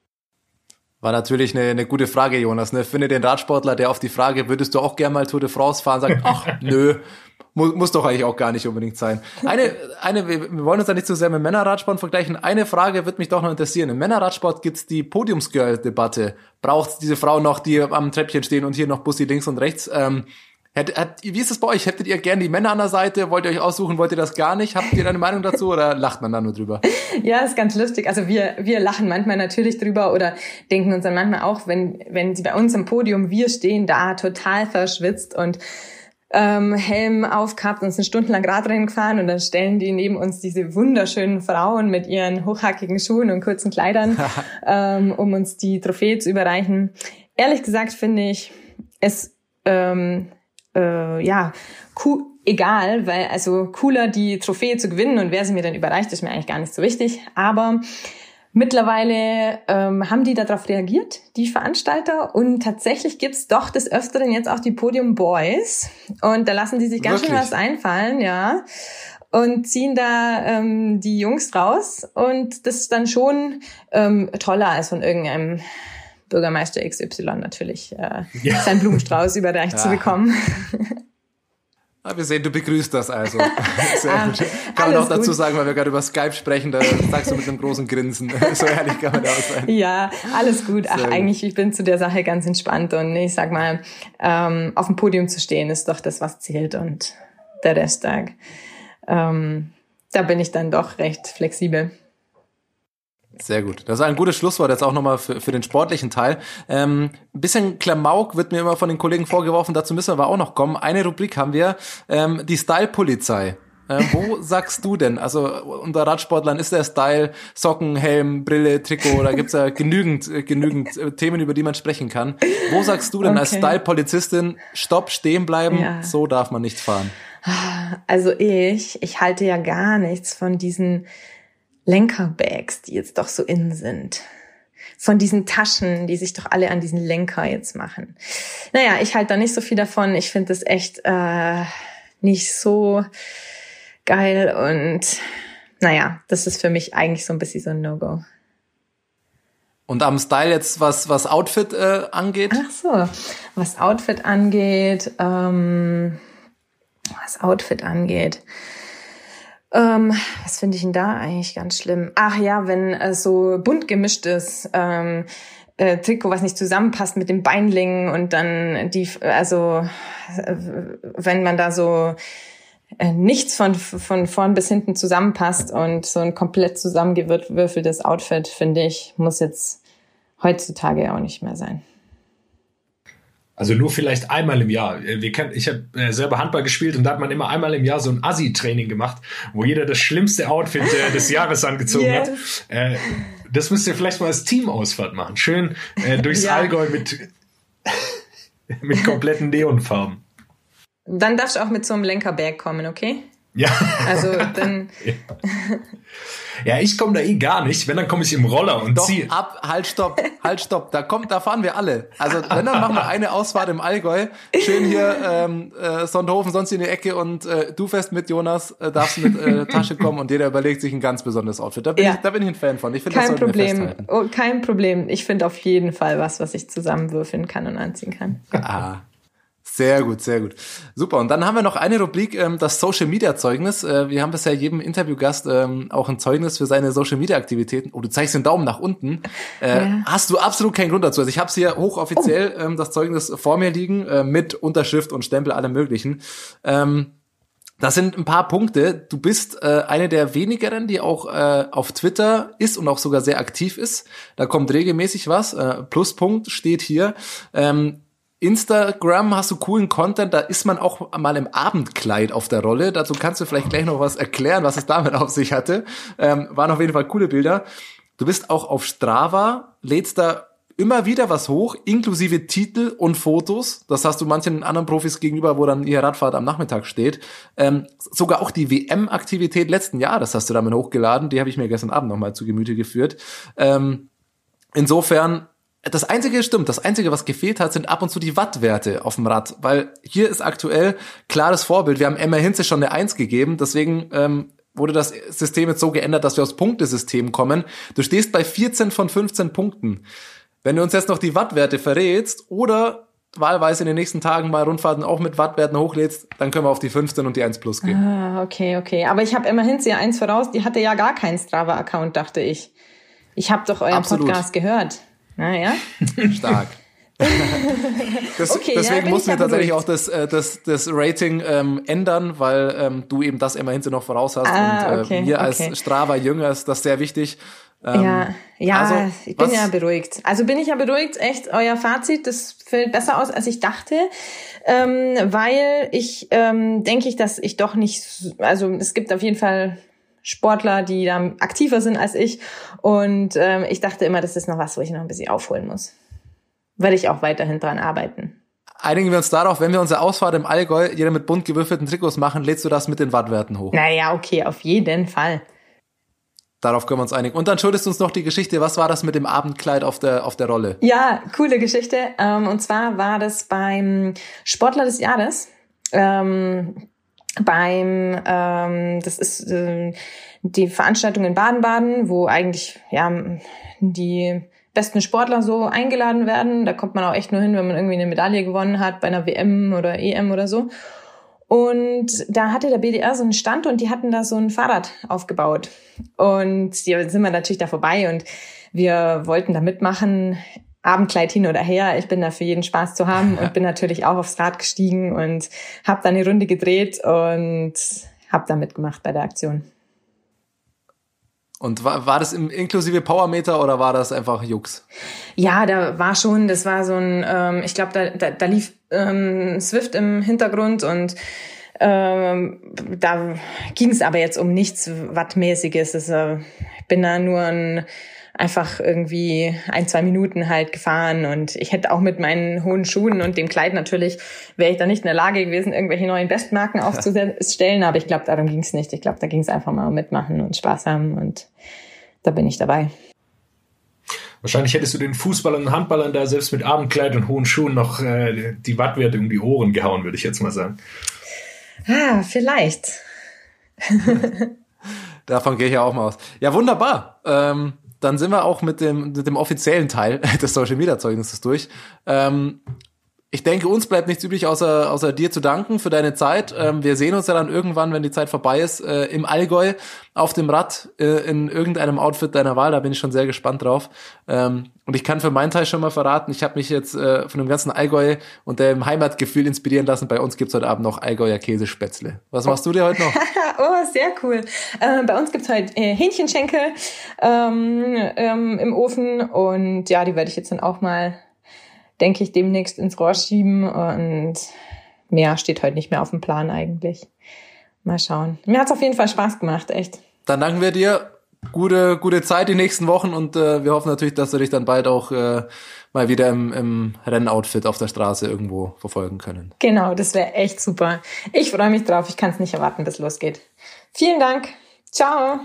War natürlich eine, eine gute Frage, Jonas. Ne? Finde den Radsportler, der auf die Frage, würdest du auch gerne mal Tour de France fahren, sagt, ach, nö, muss, muss doch eigentlich auch gar nicht unbedingt sein. Eine, eine, wir wollen uns da nicht so sehr mit Männerradsport vergleichen. Eine Frage wird mich doch noch interessieren. Im Männerradsport gibt's die Podiumsgirl-Debatte. Braucht es diese Frauen noch, die am Treppchen stehen und hier noch Bussi links und rechts? Ähm, Hätt, hätt, wie ist es bei euch? Hättet ihr gerne die Männer an der Seite? Wollt ihr euch aussuchen? Wollt ihr das gar nicht? Habt ihr eine Meinung dazu oder lacht man da nur drüber? Ja, ist ganz lustig. Also wir wir lachen manchmal natürlich drüber oder denken uns dann manchmal auch, wenn wenn sie bei uns am Podium, wir stehen da total verschwitzt und ähm, Helm aufgehabt und sind stundenlang Radrennen gefahren und dann stellen die neben uns diese wunderschönen Frauen mit ihren hochhackigen Schuhen und kurzen Kleidern, ähm, um uns die Trophäe zu überreichen. Ehrlich gesagt finde ich es ähm, äh, ja cool, egal, weil also cooler die Trophäe zu gewinnen und wer sie mir dann überreicht, ist mir eigentlich gar nicht so wichtig. Aber mittlerweile ähm, haben die darauf reagiert, die Veranstalter, und tatsächlich gibt's doch des Öfteren jetzt auch die Podium Boys und da lassen die sich ganz Wirklich? schön was einfallen, ja, und ziehen da ähm, die Jungs raus und das ist dann schon ähm, toller als von irgendeinem Bürgermeister X Y natürlich äh, Ja. seinen Blumenstrauß überreicht Ja. zu bekommen. Ah, wir sehen, du begrüßt das also. Sehr Ah, gut. Kann man alles auch dazu gut. sagen, weil wir gerade über Skype sprechen, da sagst du mit einem großen Grinsen. So ehrlich kann man da auch sein. Ja, alles gut. Ach, Sehr gut. eigentlich, ich bin zu der Sache ganz entspannt und ich sag mal, ähm, auf dem Podium zu stehen ist doch das, was zählt und der Rest, da, ähm, da bin ich dann doch recht flexibel. Sehr gut. Das ist ein gutes Schlusswort jetzt auch nochmal für, für den sportlichen Teil. Ähm, ein bisschen Klamauk wird mir immer von den Kollegen vorgeworfen, dazu müssen wir aber auch noch kommen. Eine Rubrik haben wir, ähm, die Style-Polizei. Ähm, wo sagst du denn, also unter Radsportlern ist der Style Socken, Helm, Brille, Trikot, da gibt's ja genügend, äh, genügend äh, Themen, über die man sprechen kann. Wo sagst du denn als Okay. Style-Polizistin, stopp, stehen bleiben, Ja. so darf man nicht fahren? Also ich, ich halte ja gar nichts von diesen Lenkerbags, die jetzt doch so in sind. Von diesen Taschen, die sich doch alle an diesen Lenker jetzt machen. Naja, ich halte da nicht so viel davon. Ich finde das echt äh, nicht so geil und naja, das ist für mich eigentlich so ein bisschen so ein No-Go. Und am Style jetzt, was, was Outfit äh, angeht? Ach so, was Outfit angeht, ähm, was Outfit angeht, ähm, was finde ich denn da eigentlich ganz schlimm? Ach ja, wenn es so bunt gemischt ist, ähm, äh, Trikot, was nicht zusammenpasst mit dem Beinling und dann die, also äh, wenn man da so äh, nichts von von vorn bis hinten zusammenpasst und so ein komplett zusammengewürfeltes Outfit, finde ich, muss jetzt heutzutage auch nicht mehr sein. Also nur vielleicht einmal im Jahr. Wir kennen, ich habe äh, selber Handball gespielt und da hat man immer einmal im Jahr so ein Assi-Training gemacht, wo jeder das schlimmste Outfit äh, des Jahres angezogen Yes. hat. Äh, das müsst ihr vielleicht mal als Teamausfahrt machen. Schön äh, durchs Ja. Allgäu mit, mit kompletten Neonfarben. Dann darfst du auch mit so einem Lenkerbag kommen, okay? Ja. Also dann, Ja, ich komme da eh gar nicht. Wenn, dann komme ich im Roller und Doch, ziehe. ab, halt, stopp, halt, stopp. Da kommt, da fahren wir alle. Also, wenn, dann machen wir eine Ausfahrt im Allgäu. Schön hier, ähm, äh, Sonthofen, sonst in die Ecke und äh, du fährst mit, Jonas, äh, darfst mit äh, Tasche kommen und jeder überlegt sich ein ganz besonderes Outfit. Da bin, Ja. ich, da bin ich ein Fan von. Ich finde, das kein sollten wir Problem. festhalten. Oh, kein Problem. Ich finde auf jeden Fall was, was ich zusammenwürfeln kann und anziehen kann. Ah. Sehr gut, sehr gut. Super. Und dann haben wir noch eine Rubrik, ähm, das Social-Media-Zeugnis. Äh, wir haben bisher jedem Interviewgast ähm, auch ein Zeugnis für seine Social-Media-Aktivitäten. Oh, du zeigst den Daumen nach unten. Äh, Ja. Hast du absolut keinen Grund dazu. Also ich habe hier hochoffiziell ähm, das Zeugnis vor mir liegen, äh, mit Unterschrift und Stempel allem möglichen. Ähm, Das sind ein paar Punkte. Du bist äh, eine der wenigeren, die auch äh, auf Twitter ist und auch sogar sehr aktiv ist. Da kommt regelmäßig was. Äh, Pluspunkt steht hier. Ähm, Instagram hast du coolen Content, da ist man auch mal im Abendkleid auf der Rolle. Dazu kannst du vielleicht gleich noch was erklären, was es damit auf sich hatte. Ähm, waren auf jeden Fall coole Bilder. Du bist auch auf Strava, lädst da immer wieder was hoch, inklusive Titel und Fotos. Das hast du manchen anderen Profis gegenüber, wo dann ihr Radfahrt am Nachmittag steht. Ähm, sogar auch die W M-Aktivität letzten Jahres hast du damit hochgeladen. Die habe ich mir gestern Abend nochmal zu Gemüte geführt. Ähm, insofern, das Einzige stimmt, das Einzige, was gefehlt hat, sind ab und zu die Wattwerte auf dem Rad. Weil hier ist aktuell klares Vorbild. Wir haben Emma Hinze schon eine Eins gegeben, deswegen ähm, wurde das System jetzt so geändert, dass wir aus Punktesystem kommen. Du stehst bei vierzehn von fünfzehn Punkten. Wenn du uns jetzt noch die Wattwerte verrätst oder wahlweise in den nächsten Tagen mal Rundfahrten auch mit Wattwerten hochlädst, dann können wir auf die fünfzehn und die eins plus gehen. Ah, okay, okay. Aber ich habe immerhin sie eins voraus, die hatte ja gar keinen Strava-Account, dachte ich. Ich habe doch euren Absolut. Podcast gehört. Naja. Stark. Das, Okay, ja, deswegen bin mussten ich wir ja tatsächlich auch beruhigt. das, äh, das, das Rating ähm, ändern, weil ähm, du eben das immer hinten noch voraus hast Ah, und äh, okay, mir okay. als Strava-Jünger ist das sehr wichtig. Ähm, ja, ja, also, ich bin was? ja beruhigt. Also bin ich ja beruhigt, echt, euer Fazit, das fällt besser aus, als ich dachte, ähm, weil ich ähm, denke ich, dass ich doch nicht, also es gibt auf jeden Fall Sportler, die da aktiver sind als ich und ähm, ich dachte immer, das ist noch was, wo ich noch ein bisschen aufholen muss. Werde ich auch weiterhin dran arbeiten. Einigen wir uns darauf, wenn wir unsere Ausfahrt im Allgäu jeder mit bunt gewürfelten Trikots machen, lädst du das mit den Wattwerten hoch? Naja, okay, auf jeden Fall. Darauf können wir uns einigen. Und dann schuldest du uns noch die Geschichte, was war das mit dem Abendkleid auf der auf der Rolle? Ja, coole Geschichte. Ähm, und zwar war das beim Sportler des Jahres. Ähm, beim, ähm, das ist äh, die Veranstaltung in Baden-Baden, wo eigentlich ja die besten Sportler so eingeladen werden. Da kommt man auch echt nur hin, wenn man irgendwie eine Medaille gewonnen hat bei einer W M oder E M oder so. Und da hatte der B D R so einen Stand und die hatten da so ein Fahrrad aufgebaut. Und ja, sind wir natürlich da vorbei und wir wollten da mitmachen, Abendkleid hin oder her. Ich bin da für jeden Spaß zu haben und bin natürlich auch aufs Rad gestiegen und habe da eine Runde gedreht und habe da mitgemacht bei der Aktion. Und war, war das im inklusive Powermeter oder war das einfach Jux? Ja, da war schon, das war so ein, ähm, ich glaube, da, da, da lief ähm, Swift im Hintergrund und ähm, da ging es aber jetzt um nichts Wattmäßiges. Das, äh, ich bin da nur ein, einfach irgendwie ein, zwei Minuten halt gefahren und ich hätte auch mit meinen hohen Schuhen und dem Kleid natürlich, wäre ich da nicht in der Lage gewesen, irgendwelche neuen Bestmarken aufzustellen, aber ich glaube, darum ging es nicht. Ich glaube, da ging es einfach mal um mitmachen und Spaß haben und da bin ich dabei. Wahrscheinlich hättest du den Fußballern und Handballern da selbst mit Abendkleid und hohen Schuhen noch äh, die Wattwerte um die Ohren gehauen, würde ich jetzt mal sagen. Ah, vielleicht. Davon gehe ich ja auch mal aus. Ja, wunderbar. Ähm, dann sind wir auch mit dem, mit dem offiziellen Teil des Social-Media-Zeugnisses durch. Ähm, ich denke, uns bleibt nichts übrig, außer, außer dir zu danken für deine Zeit. Ähm, wir sehen uns ja dann irgendwann, wenn die Zeit vorbei ist, äh, im Allgäu auf dem Rad äh, in irgendeinem Outfit deiner Wahl. Da bin ich schon sehr gespannt drauf. Ähm, und ich kann für meinen Teil schon mal verraten, ich habe mich jetzt äh, von dem ganzen Allgäu und dem Heimatgefühl inspirieren lassen. Bei uns gibt's heute Abend noch Allgäuer Käsespätzle. Was machst du dir heute noch? Oh, sehr cool. Äh, bei uns gibt's heute äh, Hähnchenschenkel ähm, ähm, im Ofen und ja, die werde ich jetzt dann auch mal, denke ich, demnächst ins Rohr schieben und mehr steht heute nicht mehr auf dem Plan eigentlich. Mal schauen. Mir hat's auf jeden Fall Spaß gemacht, echt. Dann danken wir dir. Gute, gute Zeit die nächsten Wochen und äh, wir hoffen natürlich, dass wir dich dann bald auch äh, mal wieder im, im Rennoutfit auf der Straße irgendwo verfolgen können. Genau, das wäre echt super. Ich freue mich drauf. Ich kann es nicht erwarten, bis es losgeht. Vielen Dank. Ciao.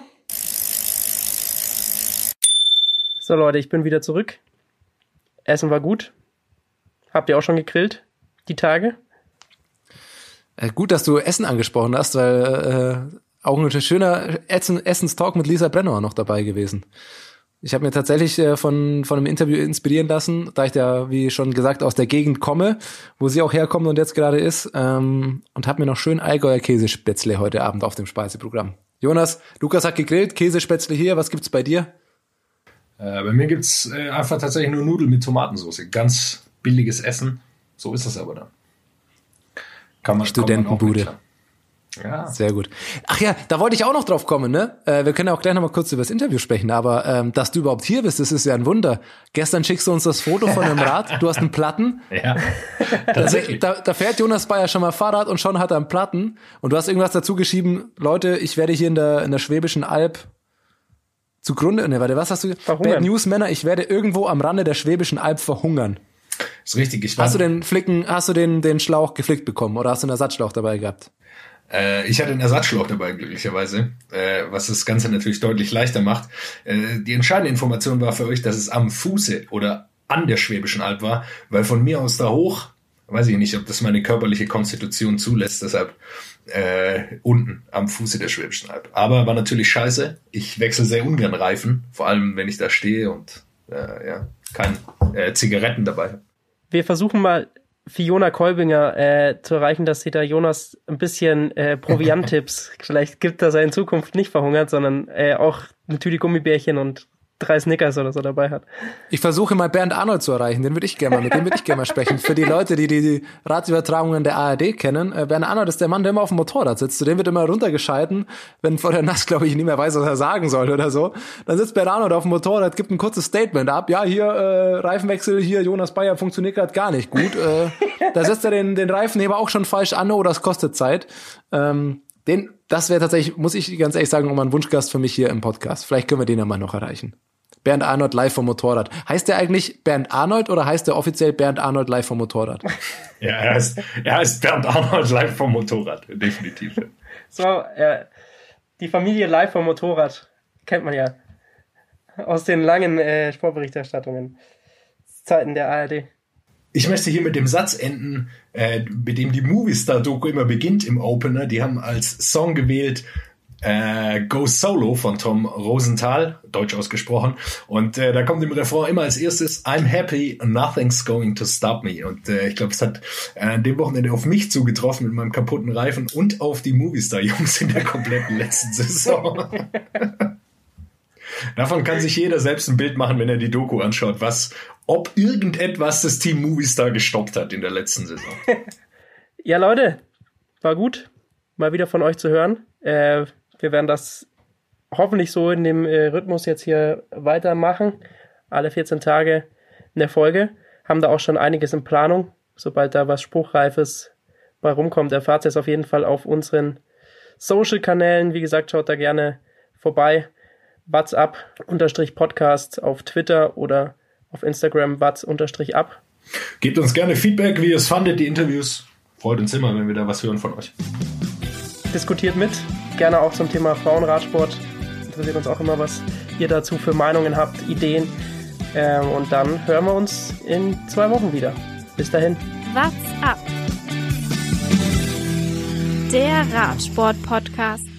So Leute, ich bin wieder zurück. Essen war gut. Habt ihr auch schon gegrillt, die Tage? Äh, gut, dass du Essen angesprochen hast, weil äh, auch ein schöner Essen, Essenstalk mit Lisa Brennauer noch dabei gewesen. Ich habe mir tatsächlich äh, von von einem Interview inspirieren lassen, da ich ja, wie schon gesagt, aus der Gegend komme, wo sie auch herkommt und jetzt gerade ist, ähm, und habe mir noch schön Allgäuer Käsespätzle heute Abend auf dem Speiseprogramm. Jonas, Lukas hat gegrillt, Käsespätzle hier, was gibt's bei dir? Äh, bei mir gibt's äh, einfach tatsächlich nur Nudeln mit Tomatensauce. Ganz billiges Essen. So ist es aber dann. Kann man, Studentenbude. Ja. Sehr gut. Ach ja, da wollte ich auch noch drauf kommen, ne? Äh, wir können ja auch gleich noch mal kurz über das Interview sprechen, aber ähm, dass du überhaupt hier bist, das ist ja ein Wunder. Gestern schickst du uns das Foto von einem Rad, du hast einen Platten. Ja, tatsächlich. Da, da fährt Jonas Bayer schon mal Fahrrad und schon hat er einen Platten und du hast irgendwas dazu geschrieben, Leute, ich werde hier in der in der Schwäbischen Alb zugrunde, ne, warte, was hast du? Verhungern. Bad News Männer, ich werde irgendwo am Rande der Schwäbischen Alb verhungern. Ist richtig. Ich war, Hast du den Flicken, hast du den den Schlauch geflickt bekommen oder hast du einen Ersatzschlauch dabei gehabt? Äh, ich hatte einen Ersatzschlauch dabei, glücklicherweise, äh, was das Ganze natürlich deutlich leichter macht. Äh, die entscheidende Information war für euch, dass es am Fuße oder an der Schwäbischen Alb war, weil von mir aus da hoch, weiß ich nicht, ob das meine körperliche Konstitution zulässt, deshalb äh, unten am Fuße der Schwäbischen Alb. Aber war natürlich scheiße. Ich wechsle sehr ungern Reifen, vor allem wenn ich da stehe und äh, ja, keine äh, Zigaretten dabei habe. Wir versuchen mal Fiona Kolbinger äh, zu erreichen, dass sie da Jonas ein bisschen äh, Provianttipps vielleicht gibt, dass er in Zukunft nicht verhungert, sondern äh, auch eine Tüte Gummibärchen und drei Snickers oder so dabei hat. Ich versuche mal Bernd Arnold zu erreichen, den würde ich gerne mal, mit dem würde ich gerne mal sprechen. Für die Leute, die die Radübertragungen der A R D kennen, äh, Bernd Arnold ist der Mann, der immer auf dem Motorrad sitzt. Zu dem wird immer runtergeschalten, wenn vor der Nacht, glaube ich, nicht mehr weiß, was er sagen soll oder so. Dann sitzt Bernd Arnold auf dem Motorrad, gibt ein kurzes Statement ab. Ja, hier äh, Reifenwechsel, hier Jonas Bayer funktioniert gerade gar nicht gut. Äh, da setzt er den, den Reifenheber auch schon falsch an oder es kostet Zeit. Ähm, den, das wäre tatsächlich, muss ich ganz ehrlich sagen, nochmal ein Wunschgast für mich hier im Podcast. Vielleicht können wir den ja mal noch erreichen. Bernd Arnold live vom Motorrad. Heißt der eigentlich Bernd Arnold oder heißt der offiziell Bernd Arnold live vom Motorrad? Ja, er heißt, er heißt Bernd Arnold live vom Motorrad, definitiv. So, äh, die Familie live vom Motorrad kennt man ja aus den langen äh, Sportberichterstattungen, Zeiten der A R D. Ich möchte hier mit dem Satz enden, äh, mit dem die Movistar-Doku immer beginnt im Opener. Die haben als Song gewählt Äh, Go Solo von Tom Rosenthal, deutsch ausgesprochen. Und äh, da kommt im Refrain immer als erstes I'm happy, nothing's going to stop me. Und äh, ich glaube, es hat äh, an dem Wochenende auf mich zugetroffen mit meinem kaputten Reifen und auf die Movistar-Jungs in der kompletten letzten Saison. Davon kann sich jeder selbst ein Bild machen, wenn er die Doku anschaut, was, ob irgendetwas das Team Movistar gestoppt hat in der letzten Saison. Ja, Leute, war gut, mal wieder von euch zu hören. Äh, Wir werden das hoffentlich so in dem äh, Rhythmus jetzt hier weitermachen. Alle vierzehn Tage eine Folge. Haben da auch schon einiges in Planung. Sobald da was Spruchreifes bei rumkommt, erfahrt ihr es auf jeden Fall auf unseren Social-Kanälen. Wie gesagt, schaut da gerne vorbei. WhatsApp unterstrich Podcast auf Twitter oder auf Instagram Watz unterstrich ab. Gebt uns gerne Feedback, wie ihr es fandet, die Interviews. Freut uns immer, wenn wir da was hören von euch. Diskutiert mit. Gerne auch zum Thema Frauenradsport. Interessiert uns auch immer, was ihr dazu für Meinungen habt, Ideen. Ähm, und dann hören wir uns in zwei Wochen wieder. Bis dahin. What's up? Der Radsport-Podcast.